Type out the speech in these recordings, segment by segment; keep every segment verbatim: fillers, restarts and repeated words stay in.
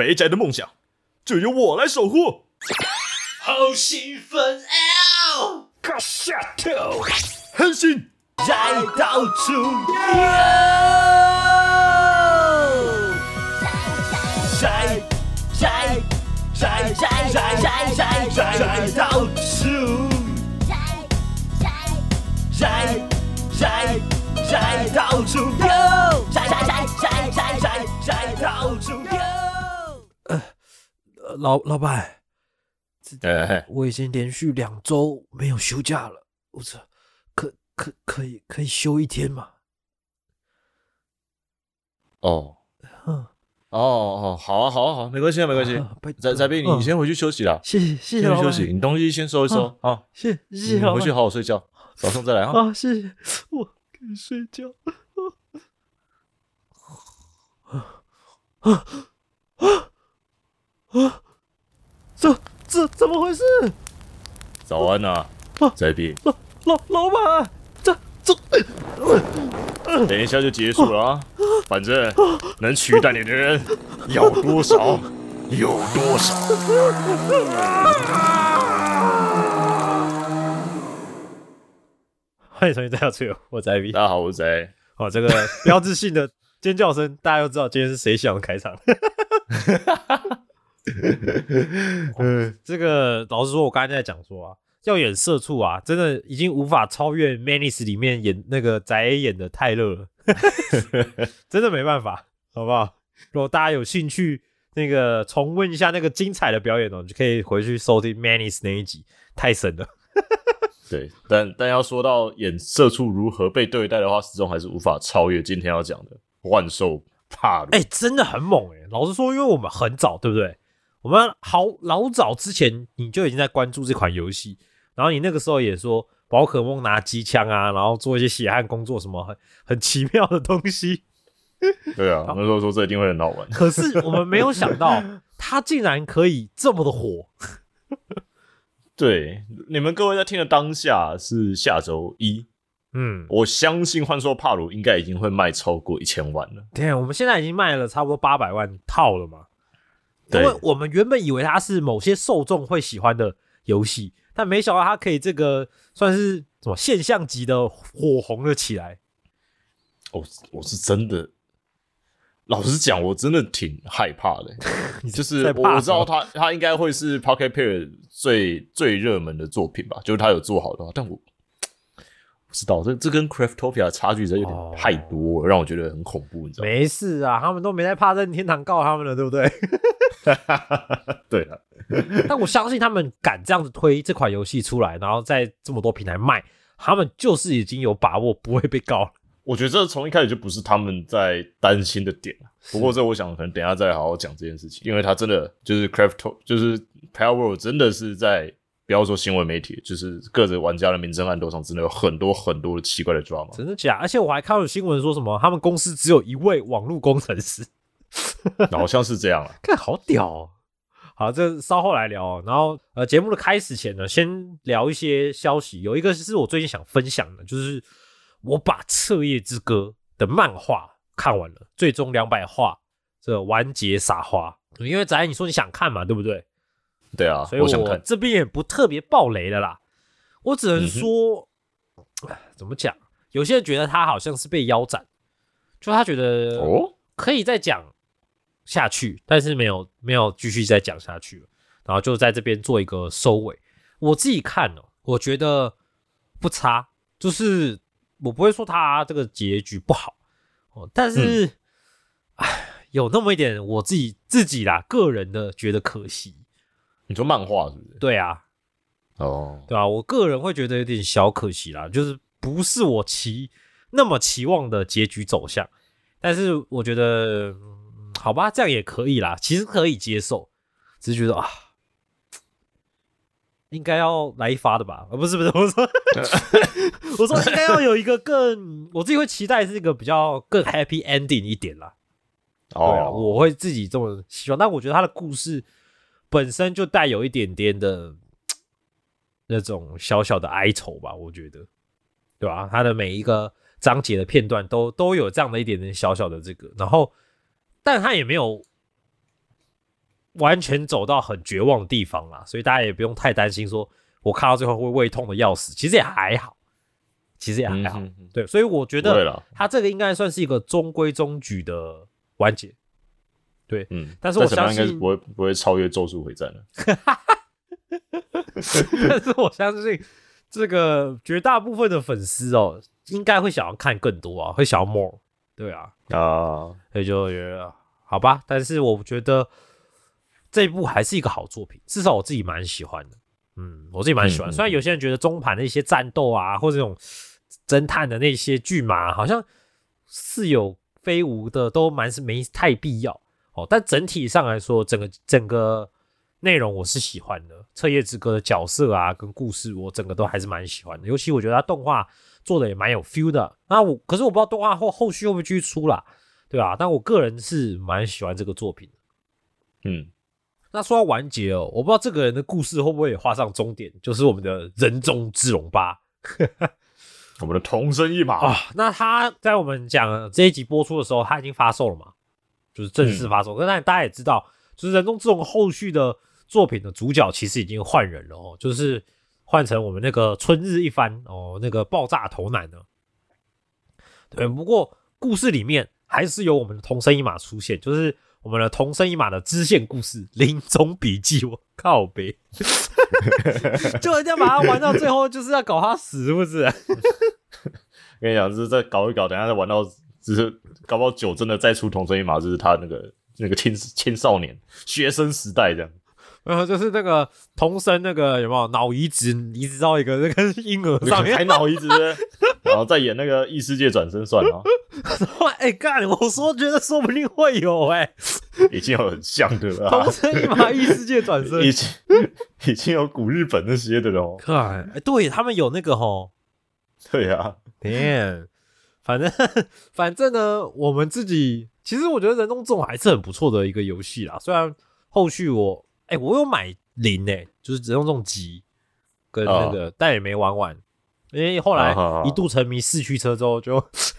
肥宅的梦想就由我来守护。 好兴奋啊！ 卡下头，狠心宅到处游，宅宅宅宅宅宅宅宅宅到处，宅宅宅到处游，宅宅宅宅宅宅宅到处游。 呃，老老板， 哎， 我已经连续两周没有休假了，我这可可可以可以休一天吗？ 哦， 嗯， 哦哦，好啊，好啊，好啊，没关系啊，没关系。 啊拜翟翟斌，你先回去休息啦， 谢谢谢谢老板， 先去休息，你东西先收一收啊。 谢谢谢老板， 你回去好好睡觉，早上再来啊。 啊，谢谢，我可以睡觉。啊啊啊！这这怎么回事？ 早安啊，翟斌， 老老老板，这这， 等一下就结束了啊。反正能取代你的人要多少有多少。 欢迎重新再到这个，我是 I V。 大家好，我是翟。 哦，这个标志性的尖叫声，大家都知道今天是谁想的开场。嗯，这个老实说，我刚才在讲说啊，要演社畜啊，真的已经无法超越《Menace》里面演那个翟演的泰勒了，真的没办法，好不好？如果大家有兴趣，那个重温一下那个精彩的表演哦，你就可以回去收听《Menace》那一集，太神了。 对，但但要说到演社畜如何被对待的话，始终还是无法超越今天要讲的万兽帕鲁。 哎、欸，真的很猛哎、欸！老实说，因为我们很早，对不对？我们好老早之前你就已经在关注这款游戏，然后你那个时候也说宝可梦拿机枪啊，然后做一些血汗工作，什么很很奇妙的东西。 对啊，那时候说这一定会很好玩。 可是我们没有想到，它竟然可以这么的火。 对，你们各位在听的当下是下周一， 嗯， 我相信幻兽帕鲁应该已经会卖超过一千万了。 对，我们现在已经卖了差不多八百万套了嘛。因对， 为我们原本以为它是某些受众会喜欢的游戏，但没想到它可以这个算是什么现象级的火红了起来。 我我是真的，老实讲，我真的挺害怕的。就是我我知道他他应该会是 Pocket Pair 最最热门的作品吧，就是他有做好的话，但我不知道这这跟 Craftopia 的差距真的有点太多了，哦，让我觉得很恐怖，你知道吗？ 没事啊，他们都没在怕任天堂告他们了，对不对？ 对啊， 但我相信他们敢这样子推这款游戏出来，然后在这么多平台卖，他们就是已经有把握不会被告了。 我觉得这从一开始就不是他们在担心的点，不过这我想可能等一下再好好讲这件事情，因为他真的就是 Craft 就是 Power World 真的是在不要说新闻媒体，就是各个玩家的明争暗斗上真的有很多很多的奇怪的 drama， 真的假的？而且我还看到有新闻说什么他们公司只有一位网络工程师， 好像是这样啊， 看好屌哦。好，这稍后来聊哦。然后呃，节目的开始前呢，先聊一些消息。有一个是我最近想分享的，就是我把《彻夜之歌》的漫画看完了，最终两百话，这完结撒花。因为翟，你说你想看嘛，对不对？ 对啊， 所以我我想看这边也不特别爆雷了啦。我只能说，嗯、怎么讲？有些人觉得他好像是被腰斩，就他觉得哦可以再讲下去，但是没有没有继续再讲下去了，然后就在这边做一个收尾。我自己看哦，我觉得不差，就是我不会说他这个结局不好哦，但是哎、嗯，有那么一点我自己自己啦个人的觉得可惜。 你说漫画是不是？ 对啊， 哦， 对啊，我个人会觉得有点小可惜啦，就是不是我期那么期望的结局走向，但是我觉得。嗯好吧，这样也可以啦，其实可以接受，只是觉得啊，应该要来一发的吧？啊，不是不是，我说我说应该要有一个更，我自己会期待是一个比较更 happy ending 一点啦。 哦， 对啊，我会自己这么希望，但我觉得他的故事本身就带有一点点的那种小小的哀愁吧，我觉得，对吧？他的每一个章节的片段都都有这样的一点点小小的这个，然后。但他也没有完全走到很绝望的地方啦，所以大家也不用太担心说我看到最后会胃痛的要死，其实也还好，其实也还好，嗯、对，所以我觉得他这个应该算是一个中规中矩的完结，对，嗯，但是我相信应该不会不会超越咒术回战了， 但是我相信这个绝大部分的粉丝哦，应该会想要看更多啊，会想要 more， 对啊，啊，所以就觉得好吧，但是我觉得这一部还是一个好作品，至少我自己蛮喜欢的。嗯，我自己蛮喜欢。嗯嗯、虽然有些人觉得中盘的一些战斗啊，或者这种侦探的那些剧码，好像似有非无的，都蛮是没太必要哦。但整体上来说，整个整个内容我是喜欢的。彻夜之歌的角色啊，跟故事，我整个都还是蛮喜欢的。尤其我觉得它动画做的也蛮有 feel 的。那我可是我不知道动画后后续会不会继续出啦，对吧、啊？但我个人是蛮喜欢这个作品的。嗯。那说到完结哦，我不知道这个人的故事会不会也画上终点，就是我们的人中之龙八， 我们的同生一马啊。那他在我们讲这一集播出的时候，他已经发售了嘛，就是正式发售。可、嗯、是大家也知道，就是人中之龙后续的作品的主角其实已经换人了哦，就是换成我们那个春日一番哦，那个爆炸头男了。对，不过故事里面还是有我们的同生一马出现，就是。我们的同生一马的支线故事《临终笔记》，我靠北，就一定要把它玩到最后，就是要搞他死，是不是？ 跟你讲，就是再搞一搞，等一下再玩到，只是搞不好九真的再出同生一马，就是他那个那个青青少年学生时代这样。 然后就是那个童生那个有没有脑移植移植到一个那个婴儿上面， 还脑移植，然后再演那个异世界转身算了。 哎、欸，干！我说觉得说不定会有哎、 欸，已经有很像的了、啊。 童生一马异世界转身， 已经已经有古日本那些的了、哦。 看，哎、欸，对他们有那个吼。 对啊 ，damn， 反正反正呢，我们自己其实我觉得人中之龙还是很不错的一个游戏啦。虽然后续我。哎、欸，我有买零诶、欸，就是人中之龙级跟那个， oh. 但也没玩完，因为后来一度沉迷四驱车之后就，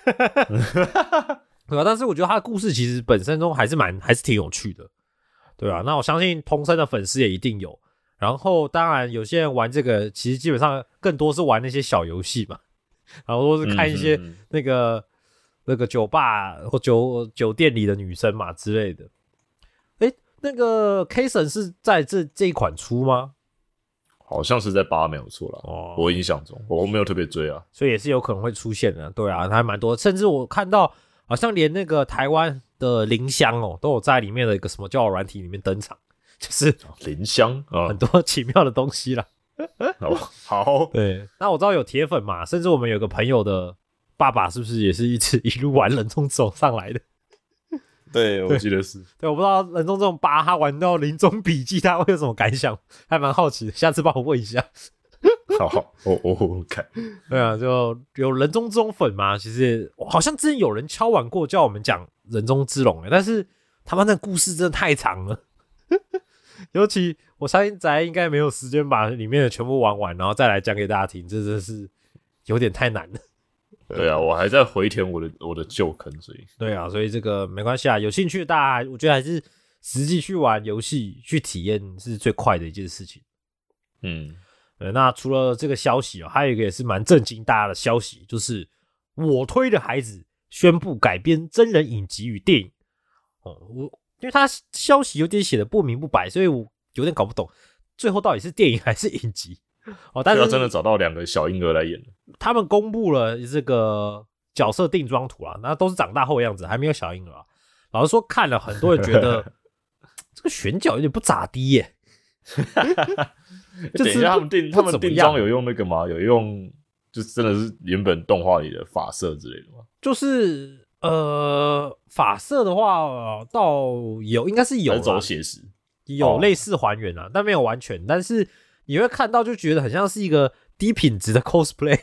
对吧？但是我觉得他的故事其实本身中还是蛮还是挺有趣的，对吧？那我相信同生的粉丝也一定有。然后当然有些人玩这个，其实基本上更多是玩那些小游戏嘛，然后或是看一些那个、嗯、那个酒吧或酒酒店里的女生嘛之类的。那个 K 神是在这这一款出吗？ 好像是在八没有错啦，哦，我印象中我没有特别追啊， 所以也是有可能会出现的。对啊，它还蛮多的，甚至我看到好像连那个台湾的林香哦，都有在里面的一个什么交友软体里面登场，就是林香啊， 很多奇妙的东西啦。 哦，好， 对，那我知道有铁粉嘛，甚至我们有个朋友的爸爸是不是也是一直一路玩人中之龙上来的？ 对，我记得是。 对，我不知道人中这种八，他玩到临终笔记，他会有什么感想？还蛮好奇的，下次帮我问一下。 好好，我我我看。 对啊，就有人中之龙粉嘛，其实好像之前有人敲碗过，叫我们讲人中之龙，但是他们那故事真的太长了，尤其我相信宅应该没有时间把里面的全部玩完，然后再来讲给大家听，这真的是有点太难了。 对啊，我还在回填我的我的旧坑，所以对啊，所以这个没关系啊，有兴趣的大家，我觉得还是实际去玩游戏去体验是最快的一件事情。嗯，对，那除了这个消息哦，还有一个也是蛮震惊大家的消息，就是我推的孩子宣布改编真人影集与电影。哦，我因为他消息有点写的不明不白，所以我有点搞不懂最后到底是电影还是影集。哦，但是要真的找到两个小婴儿来演了。 他们公布了这个角色定妆图啦，那都是长大后的样子，还没有小婴儿啊。老实说，看了很多人觉得这个选角有点不咋地耶。 就是等一下他们定他们定妆有用那个吗？有用，就真的是原本动画里的发色之类的吗？ 就是呃，发色的话，倒有，应该是有啦， 走写实， 有类似还原啊，但没有完全，但是。你会看到就觉得很像是一个低品质的 cosplay，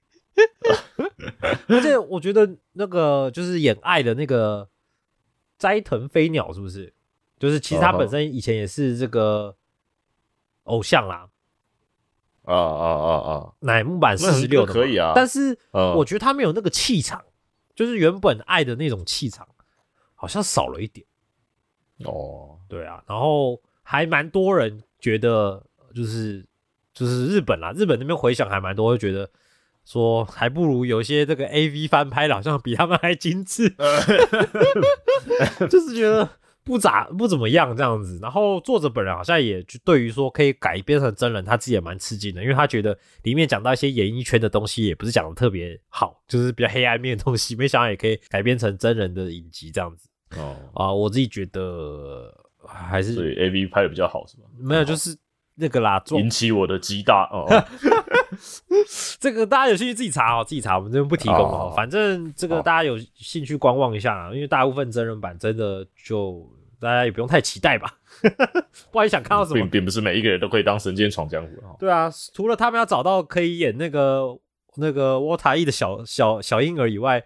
而且我觉得那个就是演爱的那个斋藤飞鸟是不是？就是其实他本身以前也是这个偶像啦， 啊啊啊啊， 乃木坂四十六的可以啊， 但是我觉得他没有那个气场，就是原本爱的那种气场，好像少了一点。 哦， 对啊，然后还蛮多人觉得就是就是日本啦，日本那边回响还蛮多，会觉得说还不如有些这个 A V 翻拍的好像比他们还精致，就是觉得不咋不怎么样这样子。然后作者本人好像也对于说可以改编成真人，他自己也蛮吃惊的，因为他觉得里面讲到一些演艺圈的东西也不是讲的特别好，就是比较黑暗面的东西，没想到也可以改编成真人的影集这样子。哦啊，我自己觉得还是所以 A V 拍的比较好是吧？ 没有，就是那个啦， 引起我的极大哦。 这个大家有兴趣自己查哦，自己查，我们这边不提供哦。反正这个大家有兴趣观望一下啦，因为大部分真人版真的就大家也不用太期待吧。不然想看到什么， 并并不是每一个人都可以当神剑闯江湖。 对啊，除了他们要找到可以演那个那个沃塔伊的小小小婴儿以外。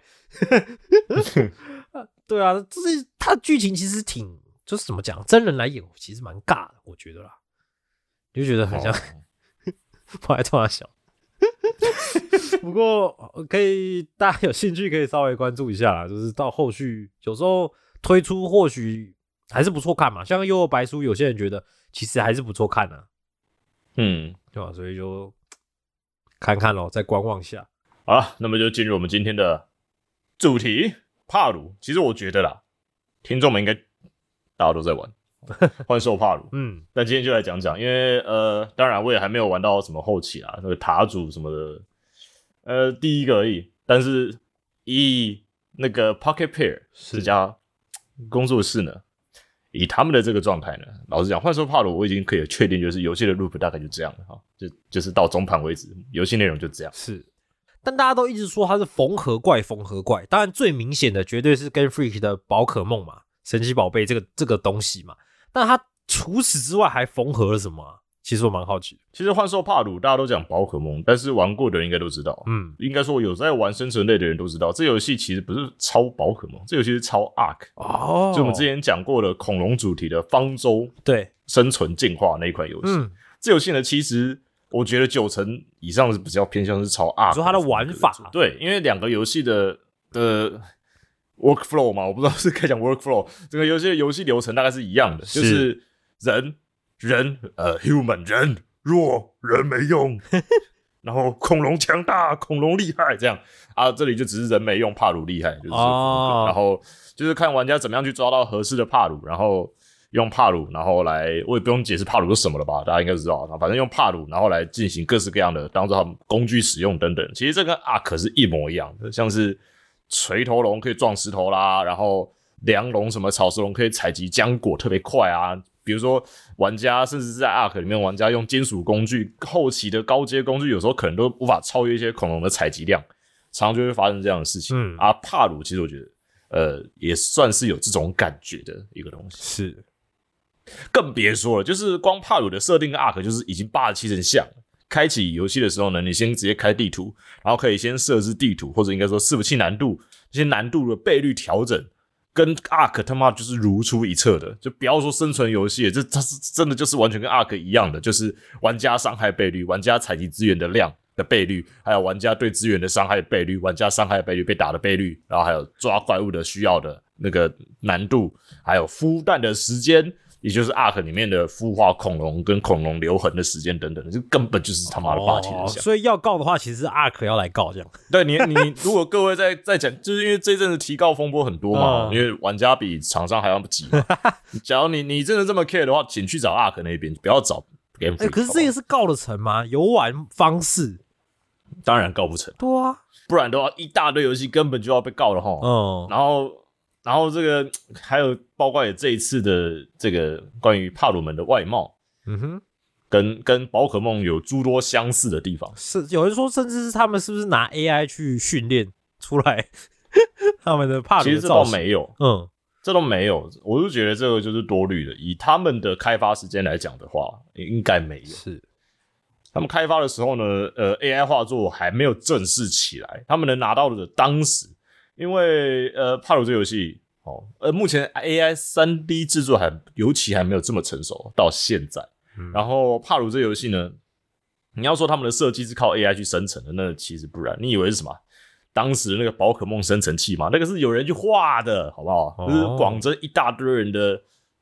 对啊，就是他的剧情其实挺，就是怎么讲，真人来演其实蛮尬的，我觉得啦，你就觉得很像，我还突然想，不过可以大家有兴趣可以稍微关注一下啦，就是到后续有时候推出或许还是不错看嘛，像《幽游白书》，有些人觉得其实还是不错看啊， 嗯， 对吧？所以就看看咯，再观望一下。 好了，那么就进入我们今天的主题。帕鲁，其实我觉得啦，听众们应该大家都在玩幻兽帕鲁，嗯，但今天就来讲讲，因为呃，当然我也还没有玩到什么后期啦，那个塔主什么的，呃，第一个而已。但是以那个 Pocket Pair 这家工作室呢，以他们的这个状态呢，老实讲，幻兽帕鲁我已经可以确定，就是游戏的 loop 大概就这样了哈，就就是到中盘为止，游戏内容就这样。 是。但大家都一直说它是缝合怪，缝合怪。当然最明显的绝对是 Game Freak 的宝可梦嘛，神奇宝贝这个这个东西嘛。但它除此之外还缝合了什么、啊？其实我蛮好奇的。 其实幻兽帕鲁大家都讲宝可梦，但是玩过的人应该都知道，嗯，应该说有在玩生存类的人都知道，这游戏其实不是超宝可梦，这游戏是超 Ark 哦，就我们之前讲过的恐龙主题的方舟对生存进化那一款游戏。嗯，这游戏呢其实。我觉得九成以上是比较偏向是超 Ark， 说它的玩法， 对，因为两个游戏的的 workflow 嘛，我不知道是该讲 workflow， 这个游戏的游戏流程大概是一样的，是就是人人呃 human 人弱人没用，然后恐龙强大，恐龙厉害这样啊，这里就只是人没用，帕鲁厉害，就是、哦、然后就是看玩家怎么样去抓到合适的帕鲁，然后。用帕鲁，然后来，我也不用解释帕鲁是什么了吧，大家应该知道。反正用帕鲁，然后来进行各式各样的，当做他们工具使用等等。其实这跟 Ark 是一模一样的，像是锤头龙可以撞石头啦，然后梁龙什么草食龙可以采集浆果特别快啊。比如说玩家甚至是在 Ark 里面，玩家用金属工具，后期的高阶工具有时候可能都无法超越一些恐龙的采集量，常常就会发生这样的事情。嗯，啊，帕鲁其实我觉得，呃，也算是有这种感觉的一个东西。 是。 更别说了，就是光帕鲁的设定跟 Ark 就是已经八十七成像了。开启游戏的时候呢，你先直接开地图，然后可以先设置地图，或者应该说伺服器难度，这些难度的倍率调整，跟 Ark 他妈就是如出一辙的。就不要说生存游戏，这它是真的就是完全跟 Ark 一样的，就是玩家伤害倍率、玩家采集资源的量的倍率，还有玩家对资源的伤害倍率、玩家伤害倍率、被打的倍率，然后还有抓怪物的需要的那个难度，还有孵蛋的时间。也就是 Ark 里面的孵化恐龙跟恐龙留痕的时间等等的，这根本就是他妈的霸气人像、哦。 所以要告的话，其实 Ark 要来告这样。 对你，你如果各位在在讲，就是因为这一阵子提告风波很多嘛，嗯、因为玩家比厂商还要急嘛。假如你你真的这么 care 的话，请去找 Ark 那边，不要找 Game Freak、欸。 可是这个是告得成吗？游玩方式当然告不成。 对啊， 不然的话，一大堆游戏根本就要被告了齁。嗯，然后。然后这个还有包括也这一次的这个关于帕鲁们的外貌，嗯哼，跟跟宝可梦有诸多相似的地方。 是有人说，甚至是他们是不是拿 A I 去训练出来他们的帕鲁的造型？ 其实这倒没有， 嗯， 这都没有。我就觉得这个就是多虑的。以他们的开发时间来讲的话，应该没有。 是他们开发的时候呢，呃 ，A I 画作还没有正式起来，他们能拿到的当时。因为呃，帕鲁这游戏哦，呃，目前 A I 三 D 制作还尤其还没有这么成熟，到现在。嗯、然后帕鲁这游戏呢，你要说他们的设计是靠 A I 去生成的，那其实不然。你以为是什么？当时那个宝可梦生成器嘛，那个是有人去画的，好不好？哦、就是广征一大堆人的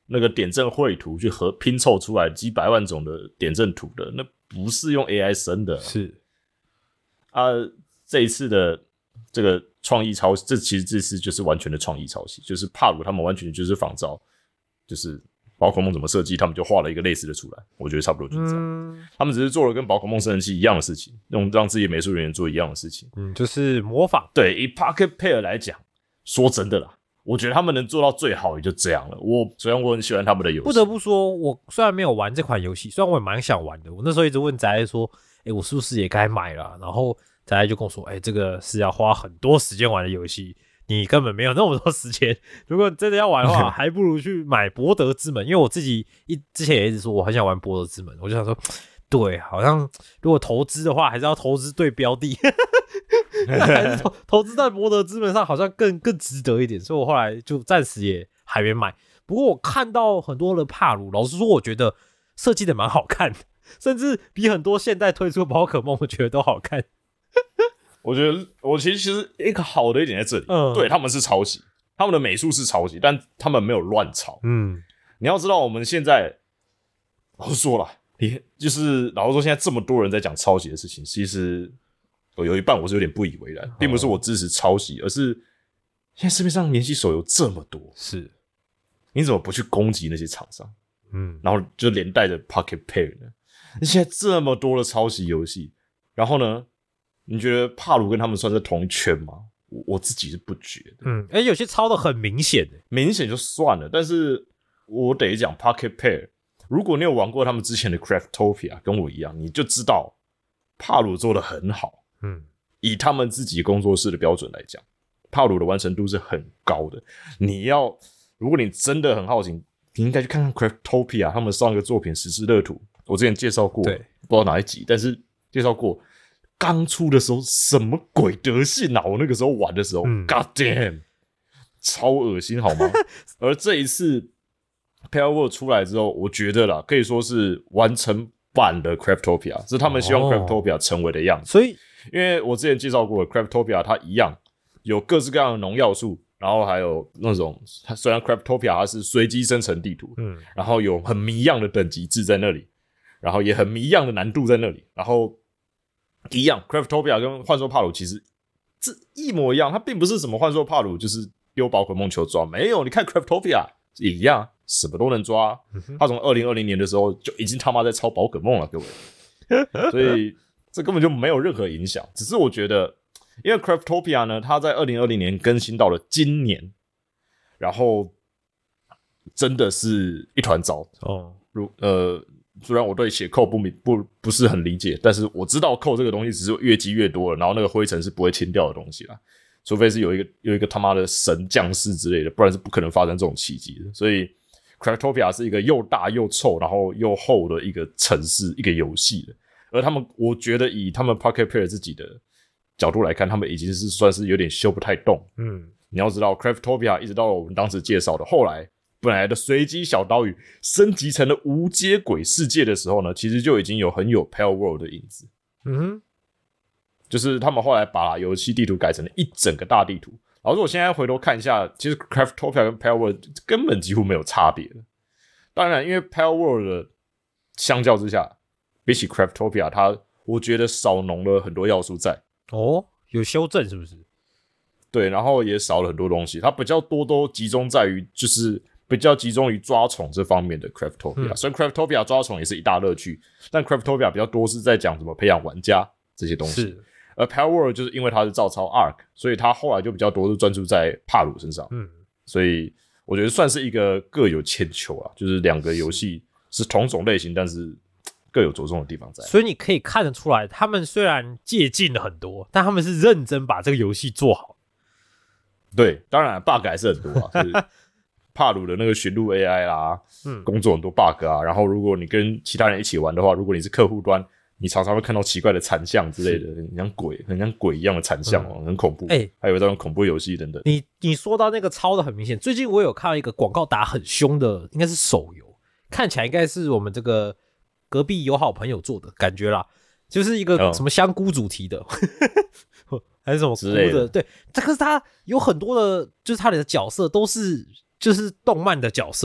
那个点阵绘图去合拼凑出来几百万种的点阵图的，那不是用 A I 生的。 是啊，这一次的这个创意抄袭，这其实这次就是完全的创意抄袭，就是帕鲁他们完全就是仿照，就是宝可梦怎么设计，他们就画了一个类似的出来。我觉得差不多就是这样。嗯、他们只是做了跟宝可梦生成器一样的事情，用让自己的美术人员做一样的事情。 嗯，就是模仿。 对，以 Pocket Pair 来讲，说真的啦。我觉得他们能做到最好也就这样了。我虽然我很喜欢他们的游戏， 不得不说，我虽然没有玩这款游戏，虽然我也蛮想玩的。我那时候一直问宅说：“哎、欸，我是不是也该买了？”然后宅就跟我说：“哎、欸，这个是要花很多时间玩的游戏，你根本没有那么多时间。如果你真的要玩的话，还不如去买博德之门。”因为我自己一之前也一直说我很想玩博德之门，我就想说，对，好像如果投资的话，还是要投资对标的。还是 投, 投资在博德资本上好像更更值得一点，所以我后来就暂时也还没买。不过我看到很多的帕鲁，老实说，我觉得设计的蛮好看的，甚至比很多现代推出的宝可梦我觉得都好看。 我觉得我其实其实一个好的一点在这里，嗯，对，他们是抄袭，他们的美术是抄袭，但他们没有乱抄。嗯，你要知道我们现在老实说啦，你就是老实说，现在这么多人在讲抄袭的事情，其实。有一半我是有点不以为然，并不是我支持抄袭，而是现在市面上免洗手游这么多， 是你怎么不去攻击那些厂商？嗯，然后就连带着 Pocket Pair 呢？现在这么多的抄袭游戏，然后呢，你觉得帕鲁跟他们算在同一圈吗？我, 我自己是不觉得。 嗯，哎、欸，有些抄的很明显的， 明显就算了，但是我得讲 Pocket Pair， 如果你有玩过他们之前的 Craftopia， 跟我一样，你就知道帕鲁做的很好。嗯，以他们自己工作室的标准来讲，帕鲁的完成度是很高的。你要，如果你真的很好奇，你应该去看看 Craftopia 他们上一个作品《十之乐土》，我之前介绍过， 对， 不知道哪一集，但是介绍过。刚出的时候什么鬼德性啊！我那个时候玩的时候、嗯、，God damn， 超恶心好吗？而这一次 Pale World 出来之后，我觉得啦，可以说是完成版的 Craftopia， 是他们希望 Craftopia 成为的样子。 所以。 因为我之前介绍过的 Craftopia 它一样有各式各样的农要素，然后还有那种它虽然 Craftopia 它是随机生成地图，嗯，然后有很迷样的等级制在那里，然后也很迷样的难度在那里，然后一样 Craftopia 跟幻兽帕鲁其实这一模一样，它并不是什么幻兽帕鲁就是丢宝可梦球抓，没有，你看 Craftopia 也一样，什么都能抓，它从二零二零年的时候就已经他妈在抄宝可梦了，各位，所以。这根本就没有任何影响，只是我觉得，因为 Craftopia 呢，它在二零二零年更新到了今年，然后真的是一团糟哦。如呃，虽然我对写扣不明不不是很理解，但是我知道扣这个东西只是越积越多了，然后那个灰尘是不会清掉的东西啦，除非是有一个有一个他妈的神降世之类的，不然是不可能发生这种奇迹的。所以 Craftopia 是一个又大又臭，然后又厚的一个城市，一个游戏的。而他们，我觉得以他们 Pocket Pair 自己的角度来看，他们已经是算是有点修不太动。嗯，你要知道 ，Craftopia 一直到我们当时介绍的，后来本来的随机小岛屿升级成了无接轨世界的时候呢，其实就已经有很有 Pale World 的影子。嗯哼，就是他们后来把游戏地图改成了一整个大地图。然后我现在回头看一下，其实 Craftopia 跟 Pale World 根本几乎没有差别了。当然，因为 Pale World 的相较之下。比起 Craftopia 它我觉得少浓了很多要素在哦，有修正是不是？ 对，然后也少了很多东西，它比较多都集中在于就是比较集中于抓宠这方面的 Craftopia、嗯、虽然 Craftopia 抓宠也是一大乐趣，但 Craftopia 比较多是在讲怎么培养玩家这些东西，是而 Pale World 就是因为它是照抄 Arc， 所以它后来就比较多是专注在帕鲁身上，嗯，所以我觉得算是一个各有千秋啊，就是两个游戏是同种类型，但是各有着重的地方在， 所以你可以看得出来，他们虽然借鉴了很多，但他们是认真把这个游戏做好。 对，当然 bug 还是很多啊，就是帕鲁的那个寻路 A I 啦，嗯，工作很多 bug 啊。然后如果你跟其他人一起玩的话，如果你是客户端，你常常会看到奇怪的残像之类的，很像鬼，很像鬼一样的残像哦、嗯，很恐怖。哎、欸，还有这种恐怖游戏等等。 你你说到那个抄的很明显，最近我有看到一个广告打很凶的，应该是手游，看起来应该是我们这个。隔壁有好朋友做的感觉啦，就是一个什么香菇主题的，哦、还是什么菇的，的对，这个是他有很多的，就是他的角色都是就是动漫的角色，哎，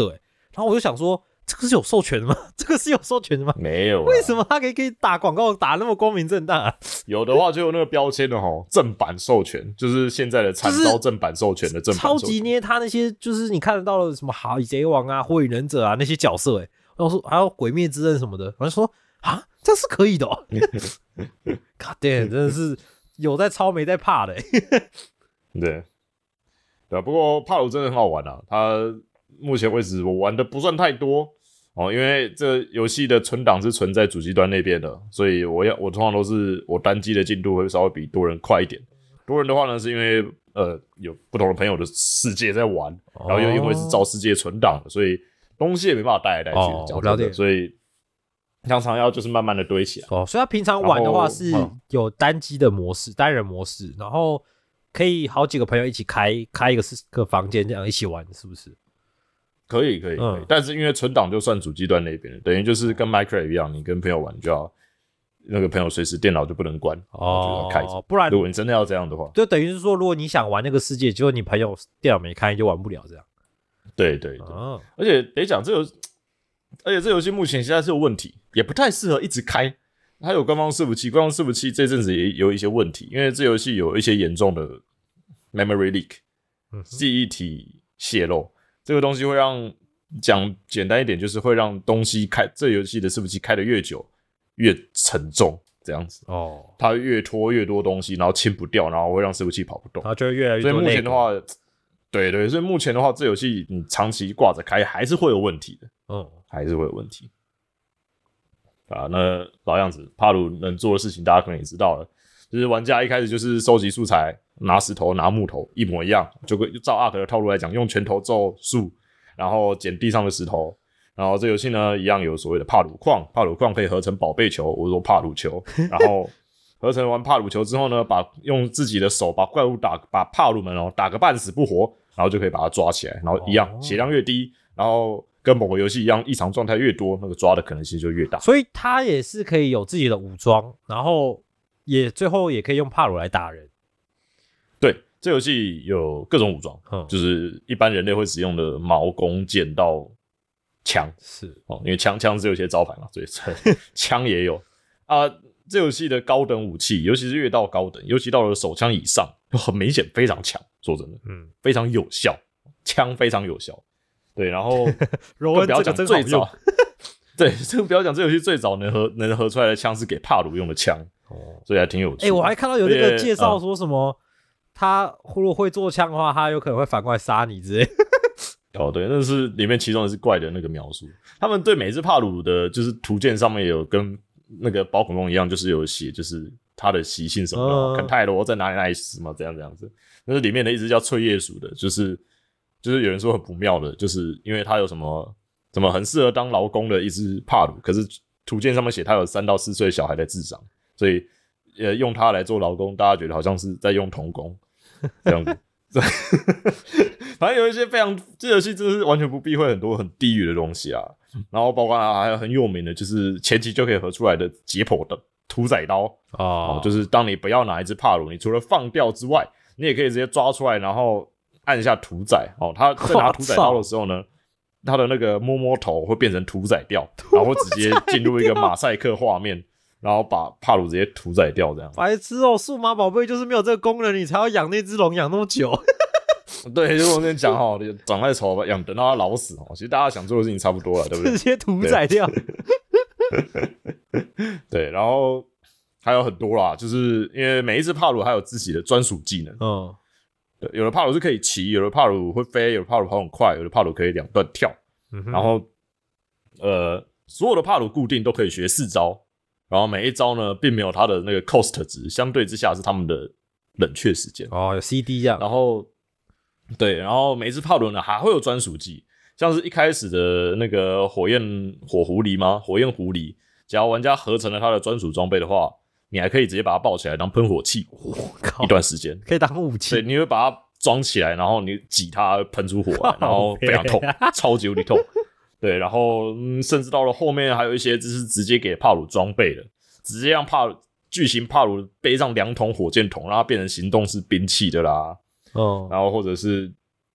然后我就想说，这个是有授权的吗？这个是有授权的吗？ 没有， 为什么他可以可以打广告打那么光明正大、啊？ 有的话就有那个标签的齁，正版授权，就是现在的惨遭正版授权的正版授权， 超级捏他那些就是你看得到的什么海贼王啊、火影忍者啊那些角色、欸，哎，然后说还有鬼灭之刃什么的，然后说啊，这是可以的哦。God damn， 真的是有在抄没在怕的、欸。 对，对啊，不过帕鲁真的很好玩啊，它目前为止我玩的不算太多哦，因为这游戏的存档是存在主机端那边的，所以我要我通常都是我单机的进度会稍微比多人快一点。多人的话呢，是因为呃有不同的朋友的世界在玩，然后又因为是照世界存档的，所以东西也没办法带来带去的， 哦，我了解， 所以常常要就是慢慢的堆起来。 哦，所以他平常玩的话是有单机的模式、嗯、单人模式，然后可以好几个朋友一起开开一个个房间这样一起玩，是不是？可以可以可以、嗯，但是因为存档就算主机端那边的，等于就是跟 Minecraft 一样，你跟朋友玩就要那个朋友随时电脑就不能关，哦，就要开着， 不然如果你真的要这样的话， 就等于是说，如果你想玩那个世界，结果你朋友电脑没开，你就玩不了这样。 对对对，哦、而且得讲这游，而且这游戏目前现在是有问题，也不太适合一直开。它有官方伺服器，官方伺服器这阵子也有一些问题，因为这游戏有一些严重的 memory leak， 嗯，记忆体泄漏。这个东西会让讲简单一点，就是会让东西开这游戏的伺服器开得越久越沉重，这样子哦，它越拖越多东西，然后清不掉，然后会让伺服器跑不动， 然后就会越来越多。 所以目前的话，对对，所以目前的话，这游戏你长期挂着开还是会有问题的，嗯，还是会有问题啊。那老样子，帕鲁能做的事情大家可能也知道了，就是玩家一开始就是收集素材。拿石头拿木头一模一样，就照 Ark 的套路来讲，用拳头揍树，然后捡地上的石头。然后这游戏呢，一样有所谓的帕鲁矿，帕鲁矿可以合成宝贝球，我说帕鲁球。然后合成完帕鲁球之后呢，把用自己的手把怪物打，把帕鲁们哦打个半死不活，然后就可以把它抓起来。然后一样，血量越低，然后跟某个游戏一样，异常状态越多，那个抓的可能性就越大。 所以它也是可以有自己的武装，然后也最后也可以用帕鲁来打人。 对，这游戏有各种武装、嗯，就是一般人类会使用的矛、弓、剑到枪，是哦，因为枪枪是有些招牌嘛，所以枪也有啊。这游戏的高等武器，尤其是越到高等，尤其到了手枪以上，很明显非常强。说真的，嗯，非常有效，枪非常有效。对，然后更不要讲最早，对，这个不要讲这游戏最早能合能合出来的枪是给帕鲁用的枪，哦，所以还挺有趣。 哎、欸，我还看到有那个介绍说什么。嗯，他如果会做枪的话，他有可能会反过来杀你之类。 哦，对，那是里面其中的是怪的那个描述。他们对每只帕鲁的，就是图鉴上面也有跟那个宝可梦一样，就是有写，就是它的习性什么的，嗯、肯泰罗在哪里哪里什么这样这样子。那是里面的一只叫翠叶鼠的，就是就是有人说很不妙的，就是因为它有什么什么很适合当劳工的一只帕鲁，可是图鉴上面写它有三到四岁小孩的智商，所以。呃，用它来做劳工，大家觉得好像是在用童工这样子。反正有一些非常，这游戏真的是完全不避讳很多很地狱的东西啊。然後包括还有很有名的，就是前期就可以合出来的解剖的屠宰刀啊、哦哦，就是当你不要拿一只帕鲁，你除了放掉之外，你也可以直接抓出来，然后按一下屠宰。哦，他在拿屠宰刀的时候呢，他的那个摸摸头会变成屠宰掉，然后直接进入一个马赛克画面。然后把帕鲁直接屠宰掉，这样白痴哦！数码宝贝就是没有这个功能，你才要养那只龙养那么久。 对，就是我跟你讲哈，长太丑，养等到它老死哦。其实大家想做的事情差不多了，对不对？ 直接屠宰掉。 对，然后还有很多啦，就是因为每一只帕鲁还有自己的专属技能。嗯，对，有的帕鲁是可以骑，有的帕鲁会飞，有的帕鲁跑很快，有的帕鲁可以两段跳。嗯、然后呃，所有的帕鲁固定都可以学四招。然后每一招呢，并没有它的那个 cost 值，相对之下是他们的冷却时间。 哦，有 C D 这样。 然后，对，然后每一只帕鲁呢还会有专属技，像是一开始的那个火焰火狐狸吗？火焰狐狸，只要玩家合成了它的专属装备的话，你还可以直接把它抱起来当喷火器，一段时间可以当武器。 对，你会把它装起来，然后你挤它喷出火来，然后非常痛，超级无敌痛。对，然后、嗯、甚至到了后面还有一些就是直接给帕鲁装备的，直接让帕鲁巨型帕鲁背上两桶火箭筒，让它变成行动式兵器的啦。哦，然后或者是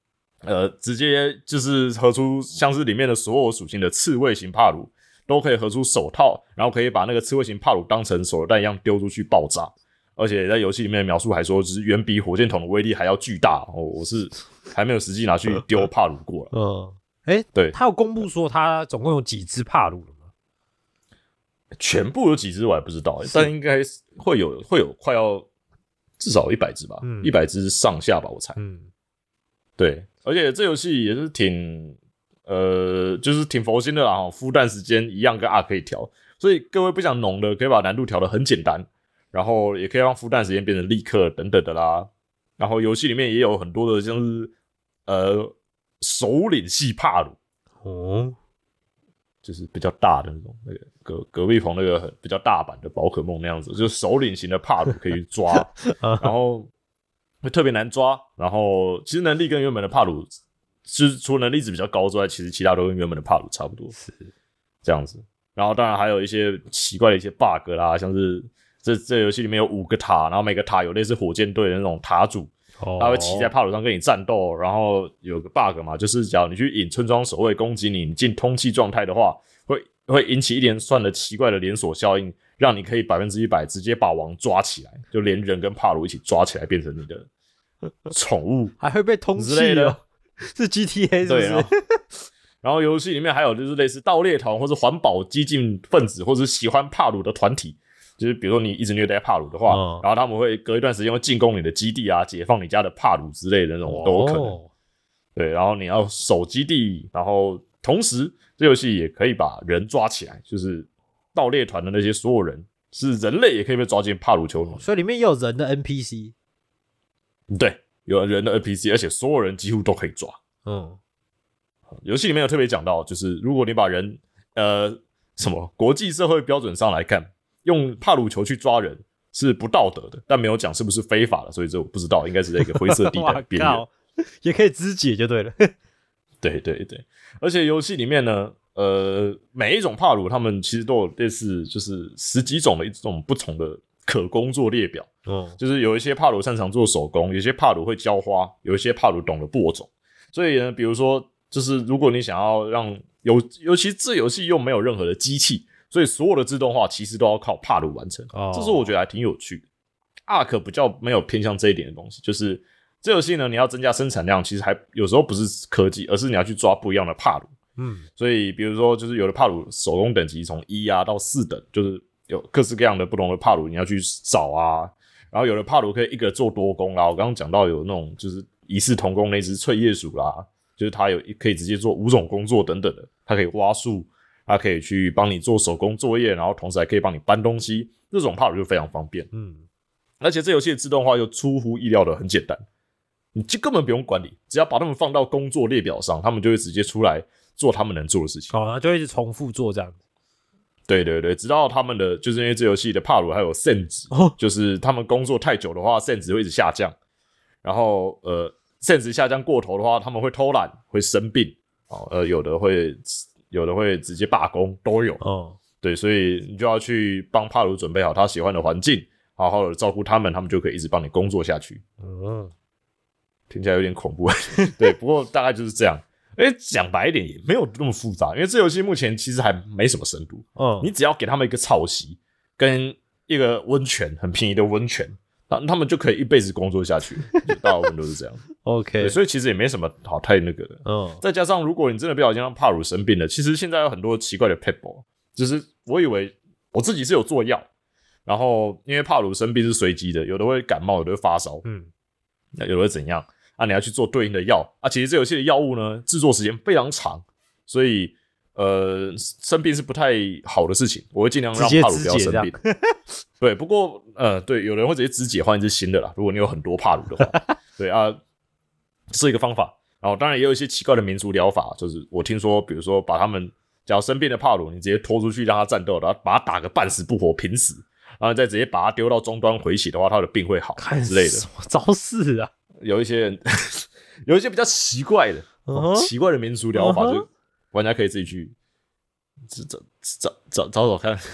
呃，直接就是合出像是里面的所有属性的刺猬型帕鲁都可以合出手套，然后可以把那个刺猬型帕鲁当成手榴弹一样丢出去爆炸，而且在游戏里面的描述还说，就是远比火箭筒的威力还要巨大。哦，我是还没有实际拿去丢帕鲁过了。 嗯，哎、欸， 对， 他有公布说他总共有几只帕鲁了吗？ 全部有几只我还不知道，但应该会有会有快要至少一百只吧，一百只上下吧，我猜。嗯，对。而且这游戏也是挺呃，就是挺佛心的啦，孵蛋时间一样跟 R 可以调，所以各位不想浓的可以把难度调得很简单，然后也可以让孵蛋时间变成立刻等等的啦。然后游戏里面也有很多的像是呃首领系帕鲁哦，就是比较大的那种，那个隔隔壁棚那个很比较大版的宝可梦那样子，就是首领型的帕鲁可以抓，然后。会特别难抓，然后其实能力跟原本的帕鲁，就是除了能力值比较高之外，其实其他都跟原本的帕鲁差不多，是这样子。然后当然还有一些奇怪的一些 bug 啦，像是这这游戏里面有五个塔，然后每个塔有类似火箭队的那种塔主，哦、他会骑在帕鲁上跟你战斗。然后有个 bug 嘛，就是假如你去引村庄守卫攻击你，你进通气状态的话，会会引起一连串的奇怪的连锁效应。让你可以百分之一百直接把王抓起来，就连人跟帕鲁一起抓起来，变成你的宠物， 还会被通缉的，是 G T A 是不是？ 对，然后游戏里面还有就是类似盗猎团或是环保激进分子，或者是喜欢帕鲁的团体，就是比如说你一直虐待帕鲁的话，哦、然后他们会隔一段时间会进攻你的基地啊，解放你家的帕鲁之类的那种都有可能。哦、对，然后你要守基地，然后同时这游戏也可以把人抓起来，就是盗猎团的那些所有人是人类也可以被抓进帕鲁球里， 所以里面也有人的 N P C。 对，有人的 N P C， 而且所有人几乎都可以抓。嗯，游戏里面有特别讲到，就是如果你把人呃什么国际社会标准上来看，用帕鲁球去抓人是不道德的，但没有讲是不是非法的，所以这我不知道，应该是在一个灰色地带边缘， 也可以肢解就对了。 对对对，而且游戏里面呢。呃，每一种帕鲁，他们其实都有类似，就是十几种的一种不同的可工作列表。嗯，就是有一些帕鲁擅长做手工，有些帕鲁会浇花，有一些帕鲁懂得播种。所以呢，比如说，就是如果你想要让尤尤其这游戏又没有任何的机器，所以所有的自动化其实都要靠帕鲁完成。哦，这是我觉得还挺有趣的。Ark 比较没有偏向这一点的东西，就是这游戏呢，你要增加生产量，其实还有时候不是科技，而是你要去抓不一样的帕鲁。嗯，所以比如说，就是有的帕鲁手工等级从一啊到四等，就是有各式各样的不同的帕鲁，你要去找啊。然后有的帕鲁可以一个做多工啦，我刚刚讲到有那种就是一视同工那只翠叶鼠啦，就是它有可以直接做五种工作等等的，它可以挖树，它可以去帮你做手工作业，然后同时还可以帮你搬东西，这种帕鲁就非常方便。嗯，而且这游戏的自动化又出乎意料的很简单，你就根本不用管理，只要把它们放到工作列表上，他们就会直接出来做他们能做的事情。 哦，他就一直重复做这样子。 对对对，直到他们的就是因为这游戏的帕鲁还有 sen 值，哦、就是他们工作太久的话 sen 值会一直下降，然后呃 sen 值下降过头的话，他们会偷懒，会生病，哦呃有的会有的会直接罢工都有。哦，对，所以你就要去帮帕鲁准备好他喜欢的环境，好好的照顾他们，他们就可以一直帮你工作下去。嗯，听起来有点恐怖。对，不过大概就是这样。诶，讲白一点也没有那么复杂，因为这游戏目前其实还没什么深度。嗯，你只要给他们一个草席跟一个温泉，很便宜的温泉，那他们就可以一辈子工作下去。大部分都是这样。 OK， 所以其实也没什么好太那个的。嗯，再加上如果你真的不小心让帕鲁生病了，其实现在有很多奇怪的 pebble， 就是我以为我自己是有做药，然后因为帕鲁生病是随机的，有的会感冒，有的会发烧，嗯，有的会怎样？啊，你要去做对应的药啊。其实这游戏的药物呢，制作时间非常长，所以呃，生病是不太好的事情。我会尽量让帕鲁不要生病。对，不过呃，对，有人会直接肢解换一只新的啦。如果你有很多帕鲁的话，对啊，是一个方法。然后当然也有一些奇怪的民俗疗法，就是我听说，比如说把他们假如生病的帕鲁，你直接拖出去让他战斗，然后把他打个半死不活、拼死，然后再直接把他丢到终端回血的话，他的病会好之类的。 什么招式啊？ 有一些人有一些比较奇怪的、uh-huh. 哦、奇怪的民俗疗法， uh-huh. 就玩家可以自己去找找找找找看。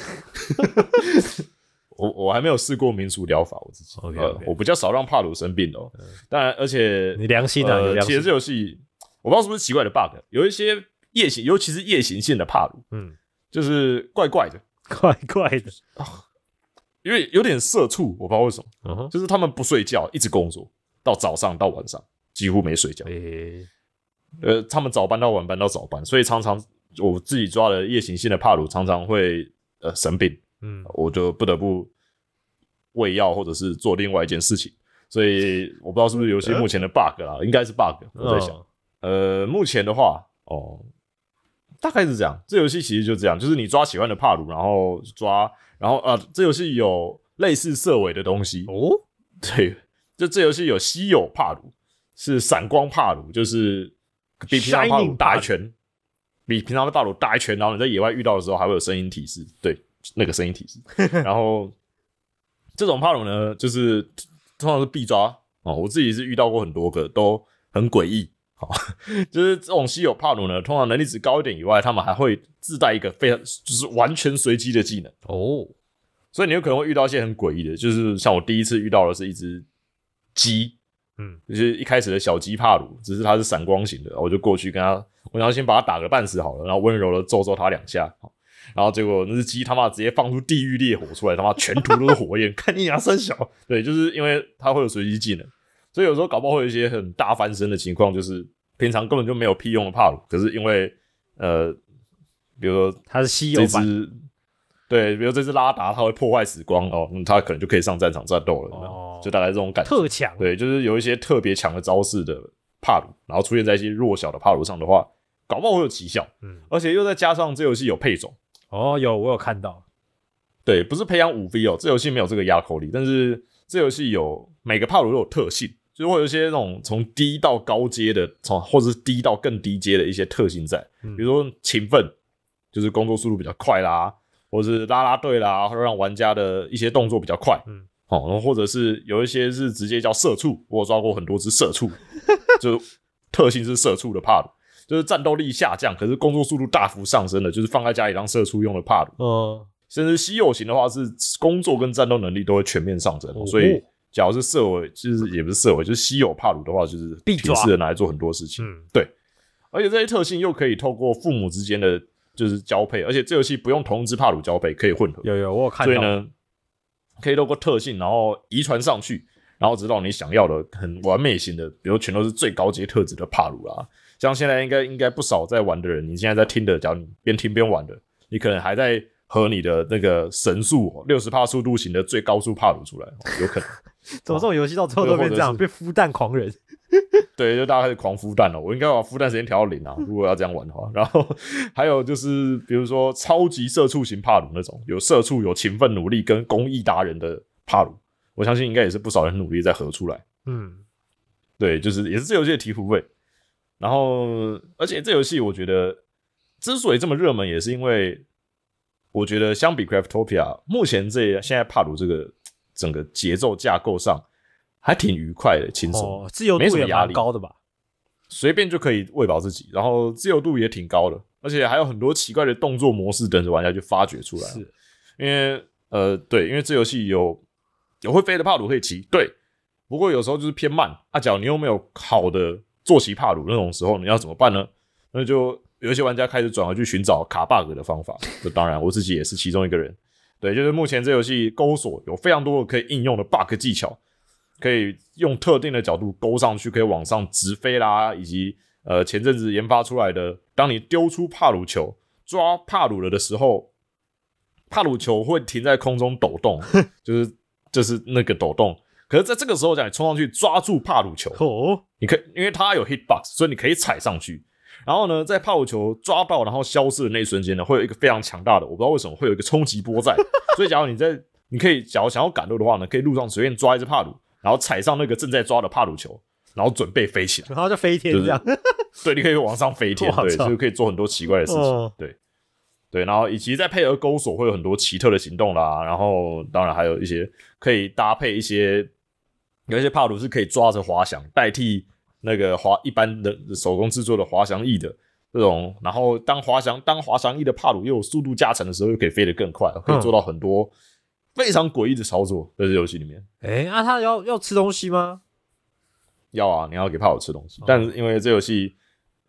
我我还没有试过民俗疗法，我自己 okay, okay. 呃，我比较少让帕鲁生病的哦。当然，而且你良心啊，呃、 其实这游戏我不知道是不是奇怪的 bug， 有一些夜行，尤其是夜行性的帕鲁，嗯，就是怪怪的， 怪怪的， 因为有点社畜，我不知道为什么， uh-huh. 就是他们不睡觉，一直工作到早上到晚上，几乎没睡觉。欸、呃，他们早班到晚班到早班，所以常常我自己抓的夜行性的帕鲁常常会呃生病，嗯，我就不得不喂药或者是做另外一件事情。所以我不知道是不是游戏目前的 bug 啦，应该是 bug。我在想，哦、呃，目前的话，哦，大概是这样。这游戏其实就这样，就是你抓喜欢的帕鲁，然后抓，然后啊，这游戏有类似色尾的东西哦。对，就这游戏有稀有帕鲁，是闪光帕鲁，就是比平常帕鲁大一圈，比平常的帕鲁大一圈，然后你在野外遇到的时候还会有声音提示，对，那个声音提示。然后这种帕鲁呢，就是通常是必抓哦，我自己是遇到过很多个，都很诡异。好，就是这种稀有帕鲁呢，通常能力值高一点以外，他们还会自带一个非常就是完全随机的技能哦，所以你有可能会遇到一些很诡异的，就是像我第一次遇到的是一只鸡，嗯，就是一开始的小鸡帕鲁，只是它是闪光型的，我就过去跟它，我想先把它打个半死好了，然后温柔的揍揍它两下，然后结果那只鸡他妈直接放出地狱烈火出来，他妈全图都是火焰，看你娘三小，对，就是因为它会有随机技能。所以有时候搞不好会有一些很大翻身的情况，就是平常根本就没有屁用的帕鲁，可是因为呃，比如说它是稀有版， 对，比如这只拉达它会破坏时光哦，那它可能就可以上战场战斗了，哦，就大概这种感觉。 特强， 对，就是有一些特别强的招式的帕鲁，然后出现在一些弱小的帕鲁上的话，搞不好会有奇效，嗯，而且又再加上这游戏有配种， 哦，有我有看到， 对，不是培养 五 V 哦，这游戏没有这个压扣力，但是这游戏有每个帕鲁都有特性。就会有一些那种从低到高阶的，从或者是低到更低阶的一些特性在，嗯、比如说勤奋，就是工作速度比较快啦，或者是拉拉队啦，会让玩家的一些动作比较快，嗯，好、哦，然后或者是有一些是直接叫社畜，我有抓过很多只社畜，就特性是社畜的帕鲁，就是战斗力下降，可是工作速度大幅上升的，就是放在家里当社畜用的帕鲁，嗯，甚至稀有型的话是工作跟战斗能力都会全面上升，哦、所以。假如是色尾，就是也不是色尾，就是稀有帕鲁的话，就是挺适合拿来做很多事情。嗯，对。而且这些特性又可以透过父母之间的就是交配，而且这游戏不用同一只帕鲁交配，可以混合。 有有，我有看到。 所以呢，可以透过特性，然后遗传上去，然后直到你想要的很完美型的，比如全都是最高阶特质的帕鲁啦。像现在应该应该不少在玩的人，你现在在听的，假如你边听边玩的，你可能还在和你的那个神速 百分之六十 速度型的最高速帕鲁出来，有可能。 怎么这种游戏到最后都变这样，变孵蛋狂人？ 对，就大家开始狂孵蛋了。我应该把孵蛋时间调到零啊，如果要这样玩的话。然后还有就是，比如说超级社畜型帕鲁那种，有社畜、有勤奋努力跟公益达人的帕鲁，我相信应该也是不少人努力在合出来。嗯，对，就是也是这游戏的醍醐味。然后，而且这游戏我觉得之所以这么热门，也是因为我觉得相比 Craftopia， 目前这现在帕鲁这个。整个节奏架构上还挺愉快的，轻松、 哦，自由度也蛮高的吧？ 随便就可以喂饱自己，然后自由度也挺高的，而且还有很多奇怪的动作模式等着玩家去发掘出来。是，因为呃，对，因为这游戏有有会飞的帕鲁可以骑，对，不过有时候就是偏慢。啊，假如你又没有好的坐骑帕鲁那种时候，你要怎么办呢？那就有一些玩家开始转而去寻找卡 bug 的方法。就当然，我自己也是其中一个人。对，就是目前这游戏钩锁有非常多的可以应用的 bug 技巧，可以用特定的角度勾上去，可以往上直飞啦，以及呃前阵子研发出来的，当你丢出帕鲁球抓帕鲁了的时候，帕鲁球会停在空中抖动，就是就是那个抖动。可是在这个时候，讲你冲上去抓住帕鲁球，哦，你可以因为它有 hitbox， 所以你可以踩上去。然后呢，在帕鲁球抓到然后消失的那一瞬间呢，会有一个非常强大的，我不知道为什么会有一个冲击波在，所以假如你在，你可以假如想要赶路的话呢，可以路上随便抓一只帕鲁，然后踩上那个正在抓的帕鲁球，然后准备飞起来， 然后就飞天这样， 就是、对，你可以往上飞天，对，就是可以做很多奇怪的事情，哦、对，对，然后以及再配合钩锁会有很多奇特的行动啦，然后当然还有一些可以搭配一些，有一些帕鲁是可以抓着滑翔代替。那个滑一般的手工制作的滑翔翼的这种，然后当滑翔当滑翔翼的帕鲁又有速度加成的时候，又可以飞得更快，可以做到很多非常诡异的操作在这游戏里面。 哎、欸，那、啊、他要要吃东西吗？ 要啊，你要给帕鲁吃东西。哦、但是因为这游戏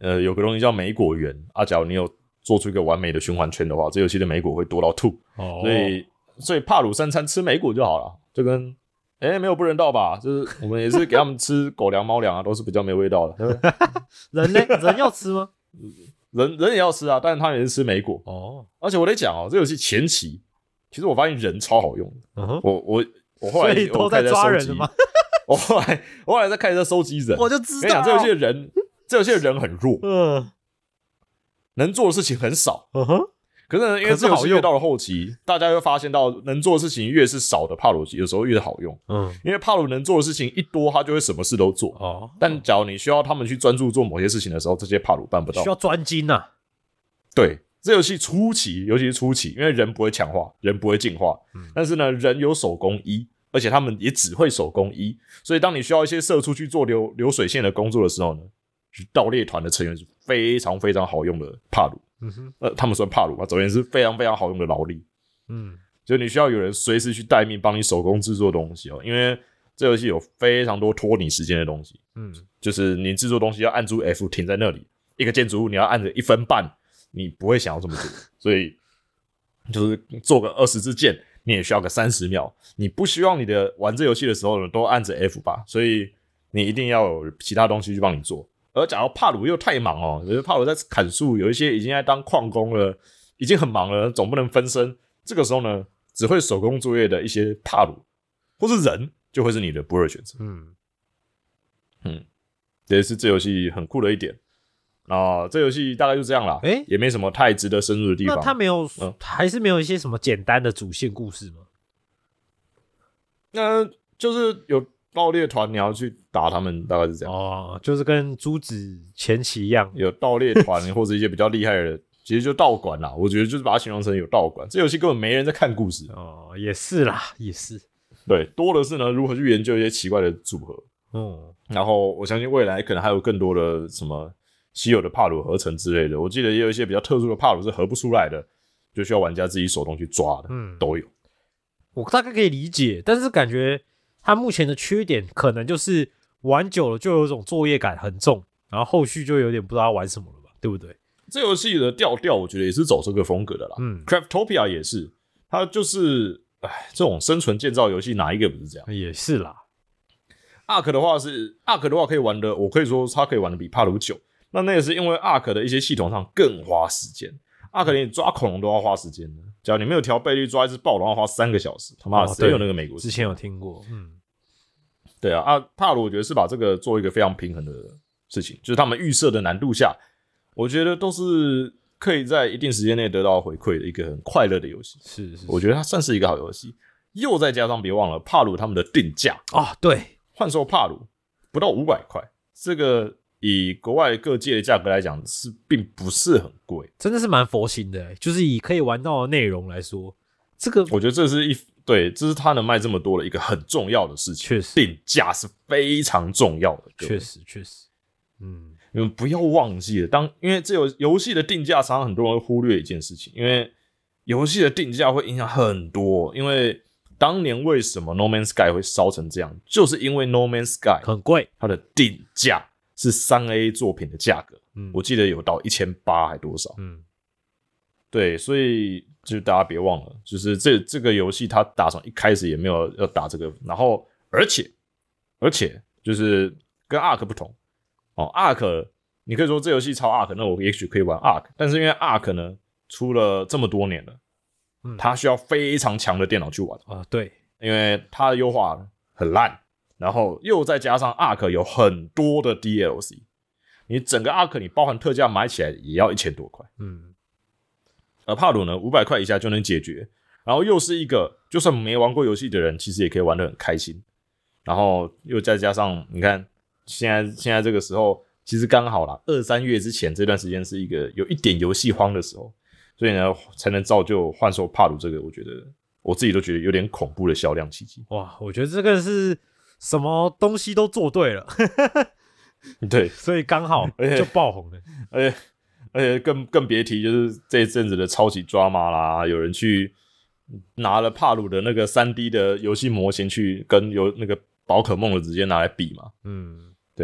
呃有个东西叫莓果园啊，假如你有做出一个完美的循环圈的话，这游戏的莓果会多到吐。哦，所以所以帕鲁三餐吃莓果就好了，就跟哎、欸、没有不人道吧？就是我们也是给他们吃狗粮猫粮啊，都是比较没味道的，对不对？ 人呢？人要吃吗？ 人人也要吃啊，但是他也是吃莓果。 哦， 而且我得讲哦，这游戏前期其实我发现人超好用的。嗯哼，我我我后来所以都在抓人了吗？ 我后来我后来在开始在收集人， 我就知道。 跟你讲，这游戏的人，这游戏的人很弱， 嗯， 能做的事情很少。 嗯哼。 可是呢，因为这游戏越到了后期，大家会发现到能做的事情越是少的帕鲁，有时候越好用。嗯，因为帕鲁能做的事情一多，他就会什么事都做。哦，但假如你需要他们去专注做某些事情的时候，这些帕鲁办不到， 需要专精啊。 对，这游戏初期，尤其是初期，因为人不会强化，人不会进化，嗯、但是呢，人有手工一，而且他们也只会手工一，所以当你需要一些社畜去做流流水线的工作的时候呢，盗猎团的成员是非常非常好用的帕鲁。嗯哼，呃，他们算帕鲁嘛，总而言之非常非常好用的劳力。嗯，就你需要有人随时去待命，帮你手工制作东西哦，因为这游戏有非常多拖你时间的东西。嗯，就是你制作东西要按住 F 停在那里，一个建筑物你要按着一分半，你不会想要这么做，所以就是做个二十支箭，你也需要个三十秒。你不希望你的玩这游戏的时候呢，都按着 F 吧，所以你一定要有其他东西去帮你做。而假如帕鲁又太忙哦，就是帕鲁在砍树，有一些已经在当矿工了，已经很忙了，总不能分身。这个时候呢，只会手工作业的一些帕鲁或是人，就会是你的不二选择。嗯嗯，这也是这游戏很酷的一点。啊，这游戏大概就这样啦，欸、也没什么太值得深入的地方。 那它没有，嗯、还是没有一些什么简单的主线故事吗？ 那就是有。盗猎团你要去打他们，大概是这样哦，就是跟朱子前期一样， 有盗猎团或者一些比较厉害的，其实就道馆啦。我觉得就是把它形容成有道馆，这游戏根本没人在看故事哦，也是啦，也是对，多的是呢如何去研究一些奇怪的组合。嗯，然后我相信未来可能还有更多的什么稀有的帕鲁合成之类的。我记得也有一些比较特殊的帕鲁是合不出来的，就需要玩家自己手动去抓的，嗯，都有。 我大概可以理解，但是感觉。它目前的缺点可能就是玩久了就有一种作业感很重，然后后续就有点不知道玩什么了吧，对不对？ 这游戏的调调我觉得也是走这个风格的啦。嗯 ，Craftopia 也是，它就是哎，这种生存建造游戏哪一个不是这样？ 也是啦。 Ark 的话是 Ark 的话可以玩的，我可以说它可以玩的比帕鲁久。那那也是因为 Ark 的一些系统上更花时间。Ark 连抓恐龙都要花时间的，假如你没有调倍率抓一只暴龙要花三个小时，他妈的谁有那个美国？ 之前有听过，嗯， 对啊，啊，帕鲁我觉得是把这个做一个非常平衡的事情，就是他们预设的难度下，我觉得都是可以在一定时间内得到回馈的一个很快乐的游戏。 是, 是, 是， 我觉得它算是一个好游戏。又再加上别忘了帕鲁他们的定价啊，对， 换售帕鲁不到五百块，这个。以国外各界的价格来讲，是并不是很贵， 真的是蛮佛心的。就是以可以玩到的内容来说，这个我觉得这是一对，这是它能卖这么多的一个很重要的事情。 确实， 定价是非常重要的。 确实，确实， 嗯，你们不要忘记了，当因为这游游戏的定价，常常很多人会忽略一件事情，因为游戏的定价会影响很多。因为当年为什么 No Man's Sky 会烧成这样，就是因为 No Man's Sky 很贵， 它的定价。是 三 A 作品的价格，嗯，我记得有到一千八还多少，嗯，对，所以就大家别忘了，就是这这个游戏它打从一开始也没有要打这个，然后而且而且就是跟 Ark 不同哦 ，Ark 你可以说这游戏抄 Ark， 那我也许可以玩 Ark， 但是因为 Ark 呢出了这么多年了，嗯，它需要非常强的电脑去玩啊，对， 因为它的优化很烂。然后又再加上 Ark 有很多的 D L C， 你整个 Ark 你包含特价买起来也要一千多块，嗯，而帕鲁呢五百块以下就能解决，然后又是一个就算没玩过游戏的人，其实也可以玩得很开心。然后又再加上你看现在现在这个时候，其实刚好啦，二三月之前这段时间是一个有一点游戏荒的时候，所以呢才能造就换售帕鲁这个，我觉得我自己都觉得有点恐怖的销量奇迹。 哇，我觉得这个是。什么东西都做对了， 对， 所以刚好就爆红了， 而且而且更更别提就是这一阵子的超级抓马啦，有人去拿了帕鲁的那个 三 D 的游戏模型去跟有那个宝可梦的直接拿来比嘛，嗯，对，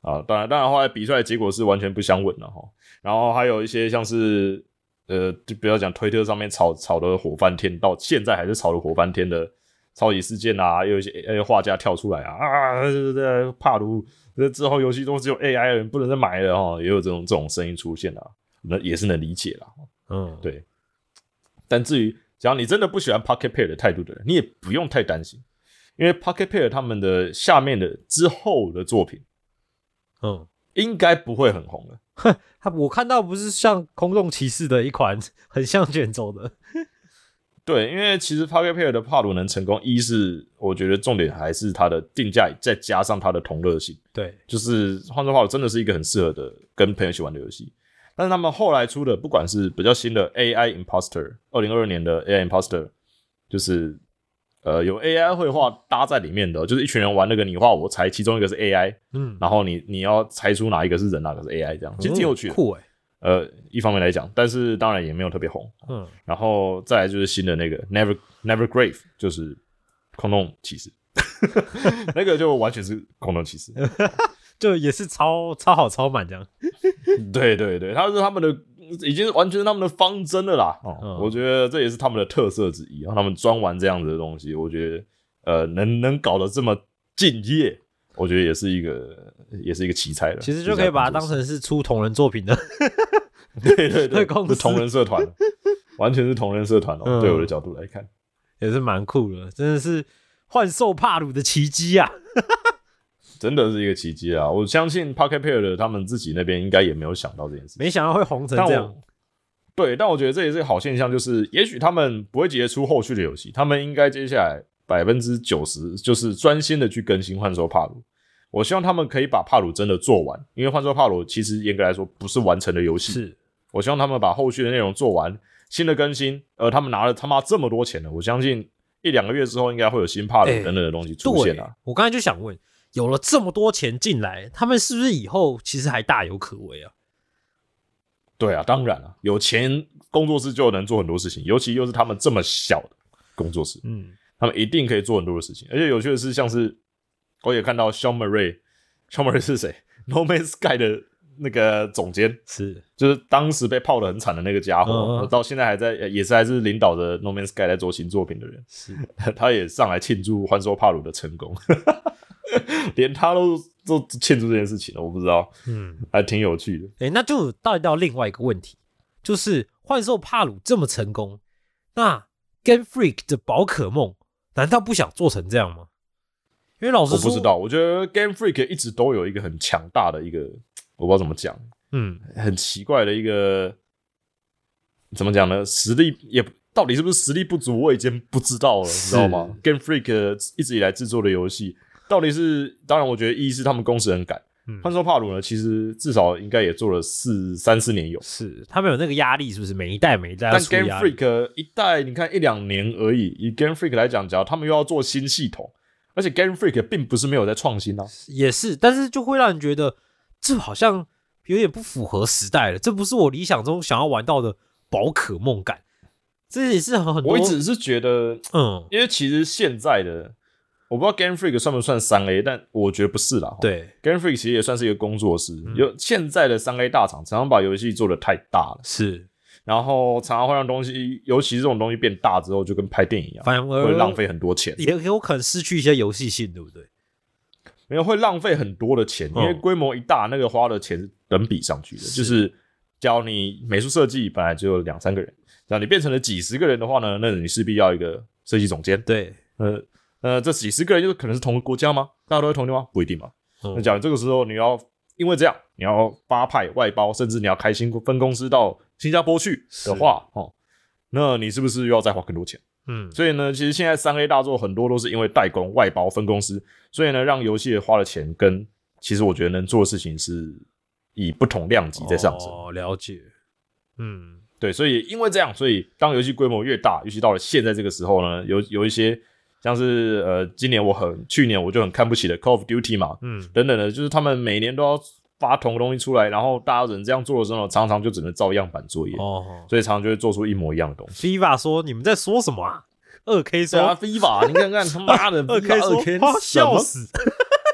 啊，当然当然后来比出来的结果是完全不相吻了哈。然后还有一些像是呃，就不要讲推特上面炒炒的火翻天，到现在还是炒的火翻天的超级事件啊，又有一些呃画家跳出来啊啊，对对对，帕鲁这之后游戏都只有 A I 的人不能再买了哈，也有这种这种声音出现啊，那也是能理解啦。嗯，对。但至于只要你真的不喜欢 Pocket Pair 的态度的人，你也不用太担心，因为 Pocket Pair 他们的下面的之后的作品，嗯，应该不会很红了。 哼，我看到不是像空洞骑士的一款很像卷轴的。 对，因为其实 Pocket Pair 的帕鲁能成功，一是我觉得重点还是它的定价，再加上它的同乐性。 对， 就是换句话说，真的是一个很适合的跟朋友一起玩的游戏。但是他们后来出的，不管是比较新的 A I Imposter， 二零二二年的 A I Imposter， 就是呃有 A I 绘画搭在里面的，就是一群人玩那个你画我猜，其中一个是 A I， 嗯，然后你你要猜出哪一个是人，哪个是 A I， 这样其实挺有趣的， 嗯、酷哎、欸。 呃，一方面来讲，但是当然也没有特别红，嗯，然后再来就是新的那个 Never Never Grave， 就是空洞骑士，那个就完全是空洞骑士。 就也是超超好超满这样， 对对对，他是他们的已经是完全是他们的方针了啦。哦，嗯、我觉得这也是他们的特色之一，他们专玩这样子的东西，我觉得呃能能搞得这么敬业，我觉得也是一个也是一个奇才了。 其实就可以把它当成是出同人作品的， 对对对，是同人社团，完全是同人社团哦。嗯、对我的角度来看， 也是蛮酷的，真的是幻兽帕鲁的奇迹啊！ 真的是一个奇迹啊！我相信 Pocket Pair 的他们自己那边应该也没有想到这件事， 没想到会红成这样。 对，但我觉得这也是个好现象，就是也许他们不会直接出后续的游戏，他们应该接下来百分之九十就是专心的去更新幻兽帕鲁。我希望他们可以把帕鲁真的做完，因为幻兽帕鲁其实严格来说不是完成的游戏。是，我希望他们把后续的内容做完，新的更新，呃，他们拿了他妈这么多钱了，我相信一两个月之后应该会有新帕鲁等等的东西出现啊。 欸、我刚才就想问。有了这么多钱进来，他们是不是以后其实还大有可为啊？ 对啊，当然了、啊，有钱工作室就能做很多事情，尤其又是他们这么小的工作室，嗯，他们一定可以做很多的事情。而且有趣的是，像是我也看到 Sean Murray，Sean Murray 是谁 ？No Man's Sky 的那个总监是， 就是当时被泡得很惨的那个家伙，嗯嗯到现在还在，也是还是领导着 No Man's Sky 在做新作品的人，是，他也上来庆祝幻兽帕鲁的成功。连他都都庆祝这件事情了，我不知道，嗯，还挺有趣的。 哎、欸，那就带到另外一个问题，就是幻兽帕鲁这么成功，那 Game Freak 的宝可梦难道不想做成这样吗？因为老实说， 我不知道，我觉得 Game Freak 一直都有一个很强大的一个，我不知道怎么讲，嗯，很奇怪的一个，怎么讲呢？实力也到底是不是实力不足，我已经不知道了，你知道吗 ？Game Freak 一直以来制作的游戏。到底是，当然，我觉得一是他们工时很赶。幻兽帕鲁呢，其实至少应该也做了四三四年有。 是，他们有那个压力，是不是？每一代每一代要出压力。 但 Game Freak 一代，你看一两年而已。以 Game Freak 来讲，只要他们又要做新系统，而且 Game Freak 并不是没有在创新啊。 也是，但是就会让人觉得这好像有点不符合时代了。这不是我理想中想要玩到的宝可梦感。这也是很多。 我一直是觉得，嗯，因为其实现在的。我不知道 Game Freak 算不算 三 A， 但我觉得不是啦。 对 ，Game Freak 其实也算是一个工作室。嗯、有现在的 三 A 大厂常常把游戏做得太大了， 是， 然后常常会让东西，尤其是这种东西变大之后，就跟拍电影一样， 反而会浪费很多钱， 也有可能失去一些游戏性，对不对？ 没有，会浪费很多的钱，因为规模一大，那个花的钱是等比上去的。是就是教你美术设计本来只有两三个人，然后你变成了几十个人的话呢，那你势必要一个设计总监。 对， 呃。呃，这几十个人就可能是同个国家吗？大家都会同意吗？不一定嘛。嗯、那假如这个时候你要因为这样，你要发派外包，甚至你要开新分公司到新加坡去的话，哦，那你是不是又要再花更多钱？嗯，所以呢，其实现在 三 A 大作很多都是因为代工、外包、分公司，所以呢，让游戏花的钱跟其实我觉得能做的事情是以不同量级在上升。 哦，了解。嗯， 对，所以因为这样，所以当游戏规模越大，尤其到了现在这个时候呢，有有一些。像是呃，今年我很，去年我就很看不起的 Call of Duty 嘛，嗯，等等的，就是他们每年都要发同个东西出来，然后大家只能这样做的时候，常常就只能照样板作业，哦，所以常常就会做出一模一样的东西。 FIFA 说你们在说什么啊？二 K 说啊 FIFA， 你看看他妈的二 K 说， 二 K 笑死！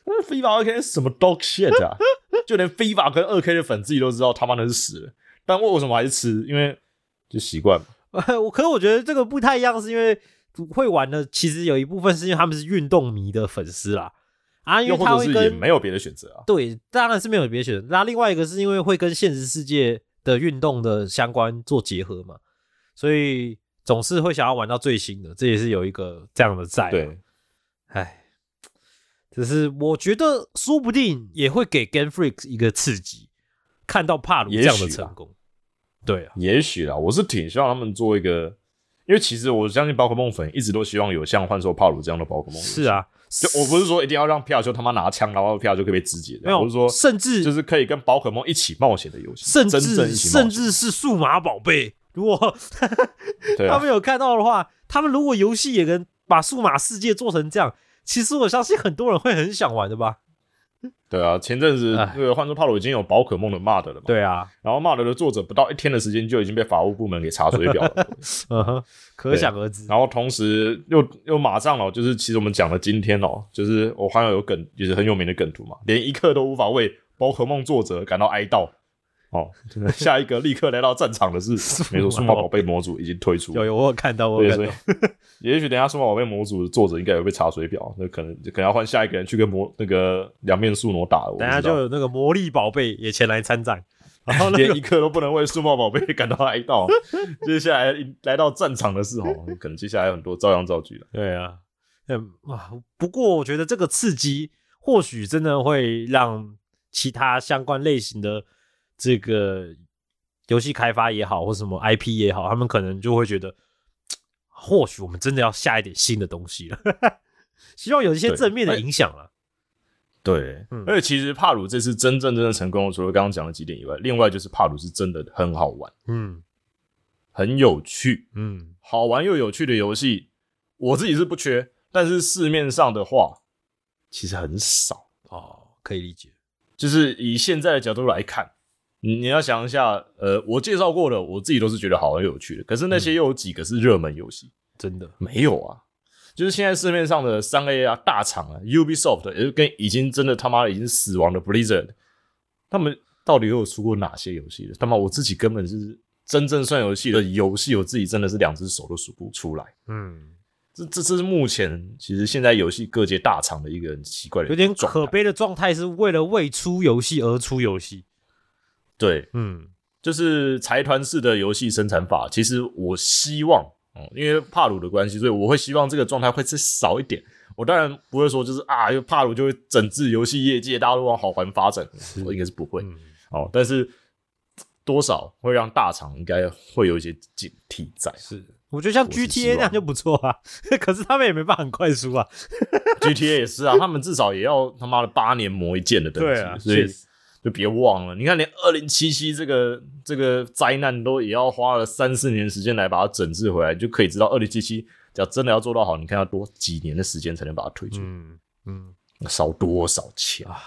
FIFA 二 K 是什么 dog shit 啊？就连 FIFA 跟二 K 的粉自己都知道他妈的是死了，但为什么还是吃？因为就习惯嘛。 我可是我觉得这个不太一样，是因为会玩的其实有一部分是因为他们是运动迷的粉丝啦。啊，因为他会跟又或者是也没有别的选择啊。 对，当然是没有别的选择。那另外一个是因为会跟现实世界的运动的相关做结合嘛，所以总是会想要玩到最新的，这也是有一个这样的在。 对， 哎，只是我觉得说不定也会给 Game Freak 一个刺激，看到帕鲁这样的成功。对啊， 也许啦，我是挺希望他们做一个，因为其实我相信宝可梦粉一直都希望有像幻兽帕鲁这样的宝可梦。 是啊， 就我不是说一定要让皮卡丘他妈拿枪，然后皮卡丘可以被肢解， 没有， 我是说甚至就是可以跟宝可梦一起冒险的游戏， 甚至真正一起冒险甚至是数码宝贝。如果对、啊、 他们有看到的话，他们如果游戏也跟把数码世界做成这样，其实我相信很多人会很想玩的吧。 对啊，前阵子那个幻兽帕鲁已经有宝可梦的 mod 了嘛？ 对啊， 然后 mod 的作者不到一天的时间就已经被法务部门给查水表了， 嗯哼，可想而知。 然后同时又又马上哦，就是其实我们讲的今天哦，就是我好像有梗，也是很有名的梗图嘛，连一刻都无法为宝可梦作者感到哀悼。哦，下一个立刻来到战场的是，没错，数码宝贝模组已经推出了。 有有，我有看到，我有看到。 也许等一下数码宝贝模组的作者应该有被查水表，那可能可能要换下一个人去跟魔那个两面宿傩打了。 等一下就有那个魔力宝贝也前来参战，然后、那个、连一刻都不能为数码宝贝感到哀悼。接下来来到战场的是哦，可能接下来有很多照样造句了。 对啊，嗯啊，不过我觉得这个刺激或许真的会让其他相关类型的。这个游戏开发也好，或什么 I P 也好，他们可能就会觉得，或许我们真的要下一点新的东西了，希望有一些正面的影响了。 对，嗯、而且其实帕鲁这次真正真正成功，除了刚刚讲的几点以外，另外就是帕鲁是真的很好玩，嗯，很有趣，嗯，好玩又有趣的游戏，我自己是不缺，但是市面上的话其实很少哦，可以理解。 就是以现在的角度来看。你要想一下，呃，我介绍过的，我自己都是觉得好玩又有趣的。可是那些又有几个是热门游戏、嗯？真的没有啊！就是现在市面上的三 A 啊，大厂啊 ，Ubisoft 也就跟已经真的他妈的已经死亡的 Blizzard， 他们到底又有出过哪些游戏了？他妈我自己根本是真正算游戏的游戏，我自己真的是两只手都数不出来。嗯，这这这是目前其实现在游戏各界大厂的一个很奇怪的、 有点可悲的状态，是为了为出游戏而出游戏。 对，嗯，就是财团式的游戏生产法。其实我希望，嗯，因为帕鲁的关系，所以我会希望这个状态会再少一点。我当然不会说就是啊，因为帕鲁就会整治游戏业界，大家都往好环发展，我应该是不会。嗯、哦，但是多少会让大厂应该会有一些警惕在。 是，我觉得像 G T A 那样就不错啊，可是他们也没办法很快输啊。 G T A 也是啊，他们至少也要他妈的八年磨一剑的等级，对啊，所以。就别忘了，你看，连二零七七这个这个灾难都也要花了三四年时间来把它整治回来，就可以知道二零七七只要真的要做到好，你看要多几年的时间才能把它推出，嗯嗯，烧多少钱啊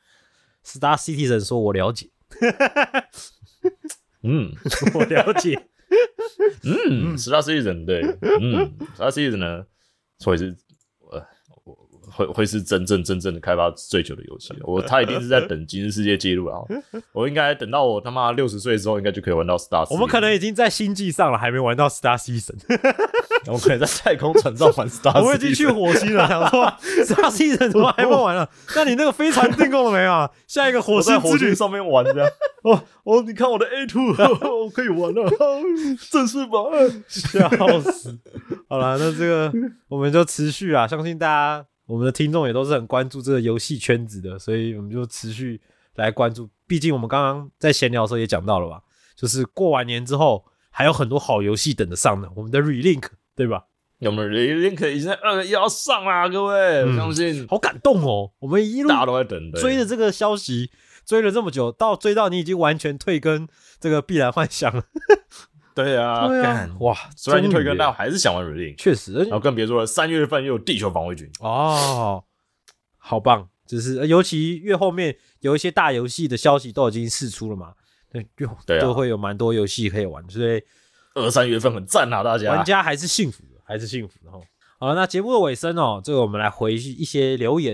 ？Star Citizen 说：“我了解， 嗯， 我了解， 嗯 ，Star Citizen 对，嗯 ，Star Citizen 呢，所以是呃。”会会是真正真正的开发最久的游戏，我他一定是在等吉尼斯世界纪录啊！我应该等到我他妈六十岁之后，应该就可以玩到 Star。 我们可能已经在星际上了，还没玩到 Star Season。 我可能在太空船上玩 Star。 我已经去火星了，想说 Star Season 怎么还没玩了？那你那个飞船订购了没啊？下一个火星之旅上面玩这样。哦哦，你看我的 A 二，我可以玩了，正式版， 笑死！好了，那这个我们就持续啊，相信大家。我们的听众也都是很关注这个游戏圈子的，所以我们就持续来关注。毕竟我们刚刚在闲聊的时候也讲到了吧，就是过完年之后还有很多好游戏等着上呢。我们的 Relink 对吧？ 我们 Relink 已经在二月一号上啦，各位，嗯、我相信好感动哦。我们一路大家都在等， 追着这个消息，追了这么久，到追到你已经完全退更这个必然幻想了。 对啊， 对啊哇！ 虽然已经退更，但我还是想玩 Relink。 确实， 然后更别说了，三月份又有地球防卫军哦，好棒！就是尤其越后面有一些大游戏的消息都已经释出了嘛，对，就都会有蛮多游戏可以玩，所以二三月份很赞啊，大家玩家还是幸福的，还是幸福的哈。好了，那节目的尾声哦，这个我们来回一些留言，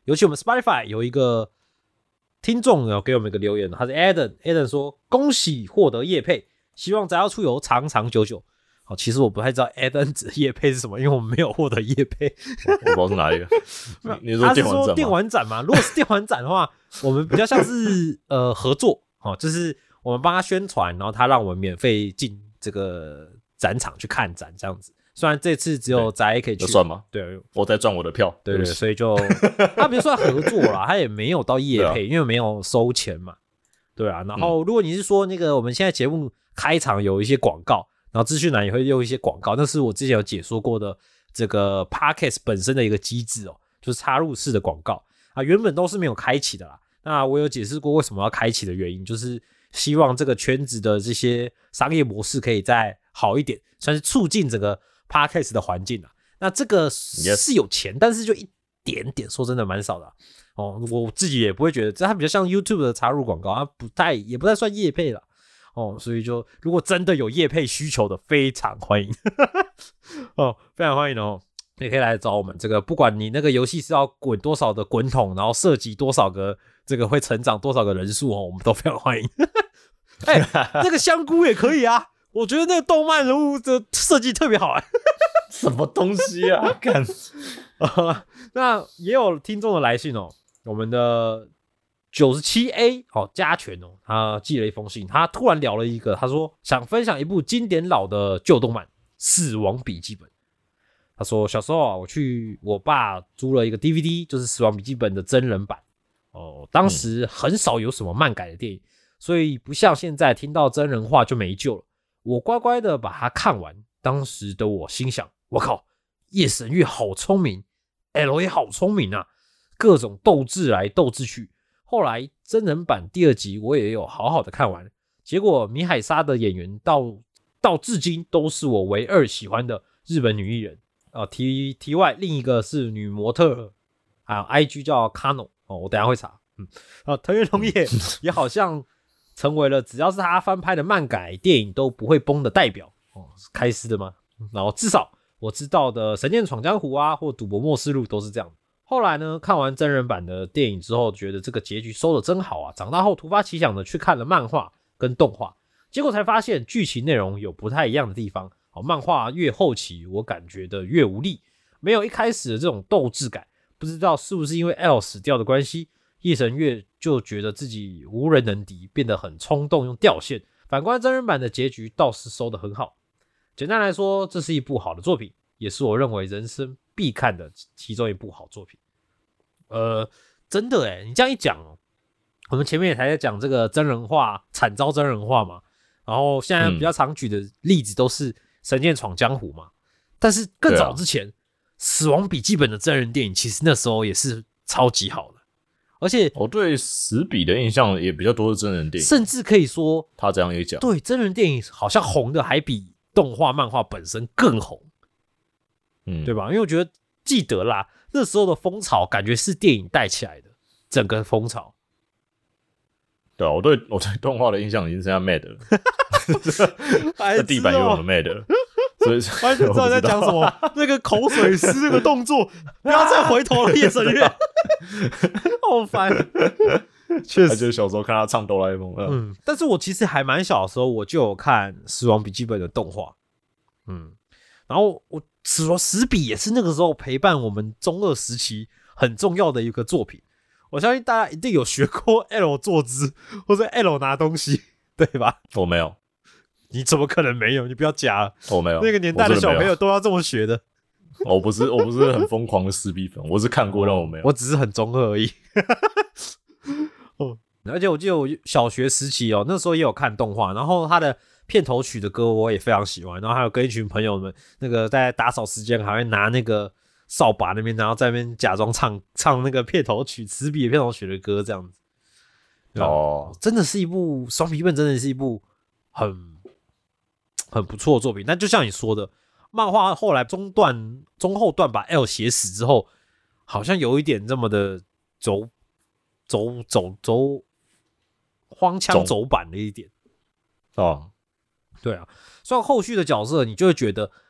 尤其我们 Spotify 有一个听众有给我们一个留言，他是 Adam，Adam 说恭喜获得业配，希望宅要出游长长久久。好，其实我不太知道 Adam 指的业配是什么，因为我们没有获得业配， 我不知道是哪一个。你, 你说电玩展吗？他是说电玩展吗？如果是电玩展的话，我们比较像是呃合作，哦，就是我们帮他宣传，然后他让我们免费进这个展场去看展这样子。虽然这次只有宅可以去， 算吗？ 对， 我在赚我的票， 对 对, 对，所以就他不算合作啦，他也没有到业配、啊，因为没有收钱嘛，对啊。然后如果你是说那个我们现在节目开场有一些广告。然后资讯栏也会用一些广告，那是我之前有解说过的这个 Podcast 本身的一个机制哦，就是插入式的广告啊，原本都是没有开启的啦。那我有解释过为什么要开启的原因，就是希望这个圈子的这些商业模式可以再好一点，算是促进整个 Podcast 的环境啊。那这个是有钱， yes. 但是就一点点，说真的蛮少的、啊、哦。我自己也不会觉得，这它比较像 YouTube 的插入广告，它不太也不太算业配啦。哦，所以就如果真的有业配需求的，非常欢迎哦，非常欢迎哦，也可以来找我们。这个不管你那个游戏是要滚多少的滚筒，然后涉及多少个这个会成长多少个人数哦，我们都非常欢迎。哎、欸，那个香菇也可以啊，我觉得那个动漫人物的设计特别好哎、欸。 什么东西啊？干啊！那也有听众的来信哦，我们的。九十七 A 哦，加权哦，他寄了一封信，他突然聊了一个，他说想分享一部经典老的旧动漫《死亡笔记本》。他说小时候啊，我去我爸租了一个 D V D， 就是《死亡笔记本》的真人版哦。当时很少有什么漫改的电影，所以不像现在听到真人化就没救了。我乖乖的把它看完，当时的我心想：我靠，夜神月好聪明 ，L 也好聪明啊，各种斗智来斗智去。后来真人版第二集我也有好好的看完，结果米海莎的演员到到至今都是我唯二喜欢的日本女艺人。呃，题题外，另一个是女模特啊 ，I G 叫 Kano 哦，我等一下会查。嗯，啊，藤原龙也也好像成为了只要是他翻拍的漫改电影都不会崩的代表哦，是开司的吗？然后至少我知道的《神剑闯江湖》啊，或《赌博默示录》都是这样的。后来呢，看完真人版的电影之后，觉得这个结局收得真好啊！长大后突发奇想的去看了漫画跟动画，结果才发现剧情内容有不太一样的地方。好，漫画越后期，我感觉的越无力，没有一开始的这种斗志感。不知道是不是因为 L 死掉的关系，夜神月就觉得自己无人能敌，变得很冲动，用掉线。反观真人版的结局倒是收得很好。简单来说，这是一部好的作品，也是我认为人生必看的其中一部好作品。呃，真的耶，你这样一讲哦，我们前面也还在讲这个真人化，惨遭真人化嘛，然后现在比较常举的例子都是《神剑闯江湖》嘛，但是更早之前，《死亡笔记本》的真人电影其实那时候也是超级好的，而且我对死笔的印象也比较多是真人电影， 甚至可以说他这样一讲， 对，真人电影好像红的还比动画漫画本身更红，嗯，对吧？因为我觉得记得啦，那时候的风潮感觉是电影带起来的，整个风潮。 对啊，我对我对动画的印象已经剩下 Mad 了，在地板游泳的 Mad 了，所以完全不知道在讲什么。那个口水丝那个动作，不要再回头了，夜神月，好烦。确实， 就是小时候看他唱哆啦 A 梦。 嗯，但是我其实还蛮小的时候，我就有看《死亡笔记本》的动画。嗯，然后我死亡死笔也是那个时候陪伴我们中二时期很重要的一个作品。我相信大家一定有学过 L 坐姿或者 L 拿东西，对吧？ 我没有， 你怎么可能没有？你不要假了， 我没有。 那个年代的小朋友都要这么学的。 我不是，我不是很疯狂的撕逼粉，我是看过，但我没有。 我只是很中二而已。哦，而且我记得我小学时期哦，那时候也有看动画，然后他的片头曲的歌我也非常喜欢，然后还有跟一群朋友们那个在打扫时间还会拿那个扫把那边，然后在那边假装唱唱那个片头曲，死笔的片头曲的歌这样子。哦，真的是一部《双皮本》，真的是一部很很不错的作品。但就像你说的，漫画后来中段中后段把 L 写死之后，好像有一点这么的走走走走荒腔走板了一点。 哦， 对啊，虽然后续的角色你就会觉得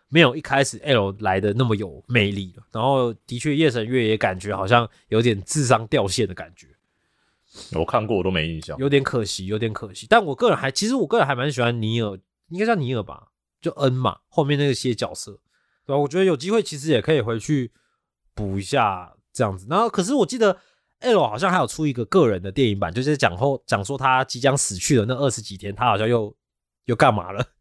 没有一开始 L 来的那么有魅力了。然后的确夜神月也感觉好像有点智商掉线的感觉。 我看过我都没印象， 有点可惜，有点可惜。但我个人还，其实我个人还蛮喜欢尼尔，应该叫尼尔吧，就 N 嘛，后面那些角色，对吧？我觉得有机会其实也可以回去补一下这样子。然后可是我记得 L 好像还有出一个个人的电影版，就是讲后讲说他即将死去的那二十几天，他好像又又干嘛了？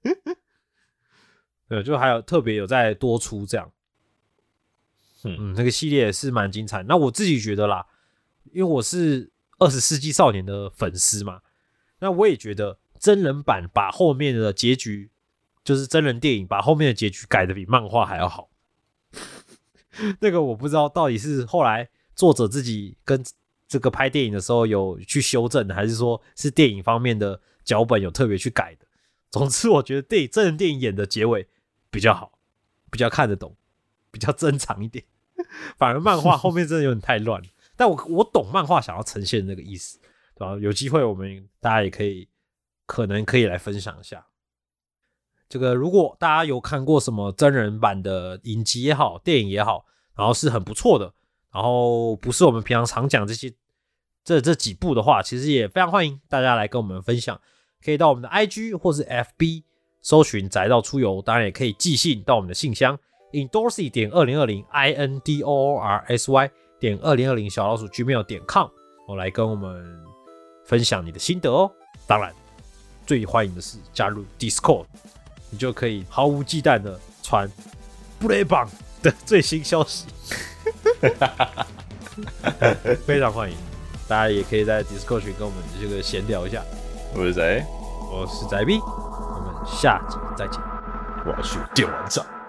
对，就还有特别有在多出这样。嗯，那个系列也是蛮精彩。那我自己觉得啦，因为我是二十世纪少年的粉丝嘛，那我也觉得真人版把后面的结局，就是真人电影把后面的结局改的比漫画还要好。那个我不知道到底是后来作者自己跟这个拍电影的时候有去修正的，还是说是电影方面的脚本有特别去改的。总之我觉得电影真人电影演的结尾比较好，比较看得懂，比较珍藏一点。反而漫画后面真的有点太乱了。但我我懂漫画想要呈现的那个意思，对吧？有机会我们大家也可以可能可以来分享一下。这个如果大家有看过什么真人版的影集也好，电影也好，然后是很不错的，然后不是我们平常常讲这些这这几部的话，其实也非常欢迎大家来跟我们分享。可以到我们的 I G 或是 F B 搜寻宅道出游，当然也可以寄信到我们的信箱 indorsy 点二零二零 i n d o o r s y 点二零二零小老鼠 gmail 点 com 我来跟我们分享你的心得哦。当然最欢迎的是加入 Discord， 你就可以毫无忌惮的传 Play 榜的最新消息。非常欢迎，大家也可以在 Discord 群跟我们这个闲聊一下。 我是谁？ 我是宅 B， 我们下集再见。 我要去电玩展。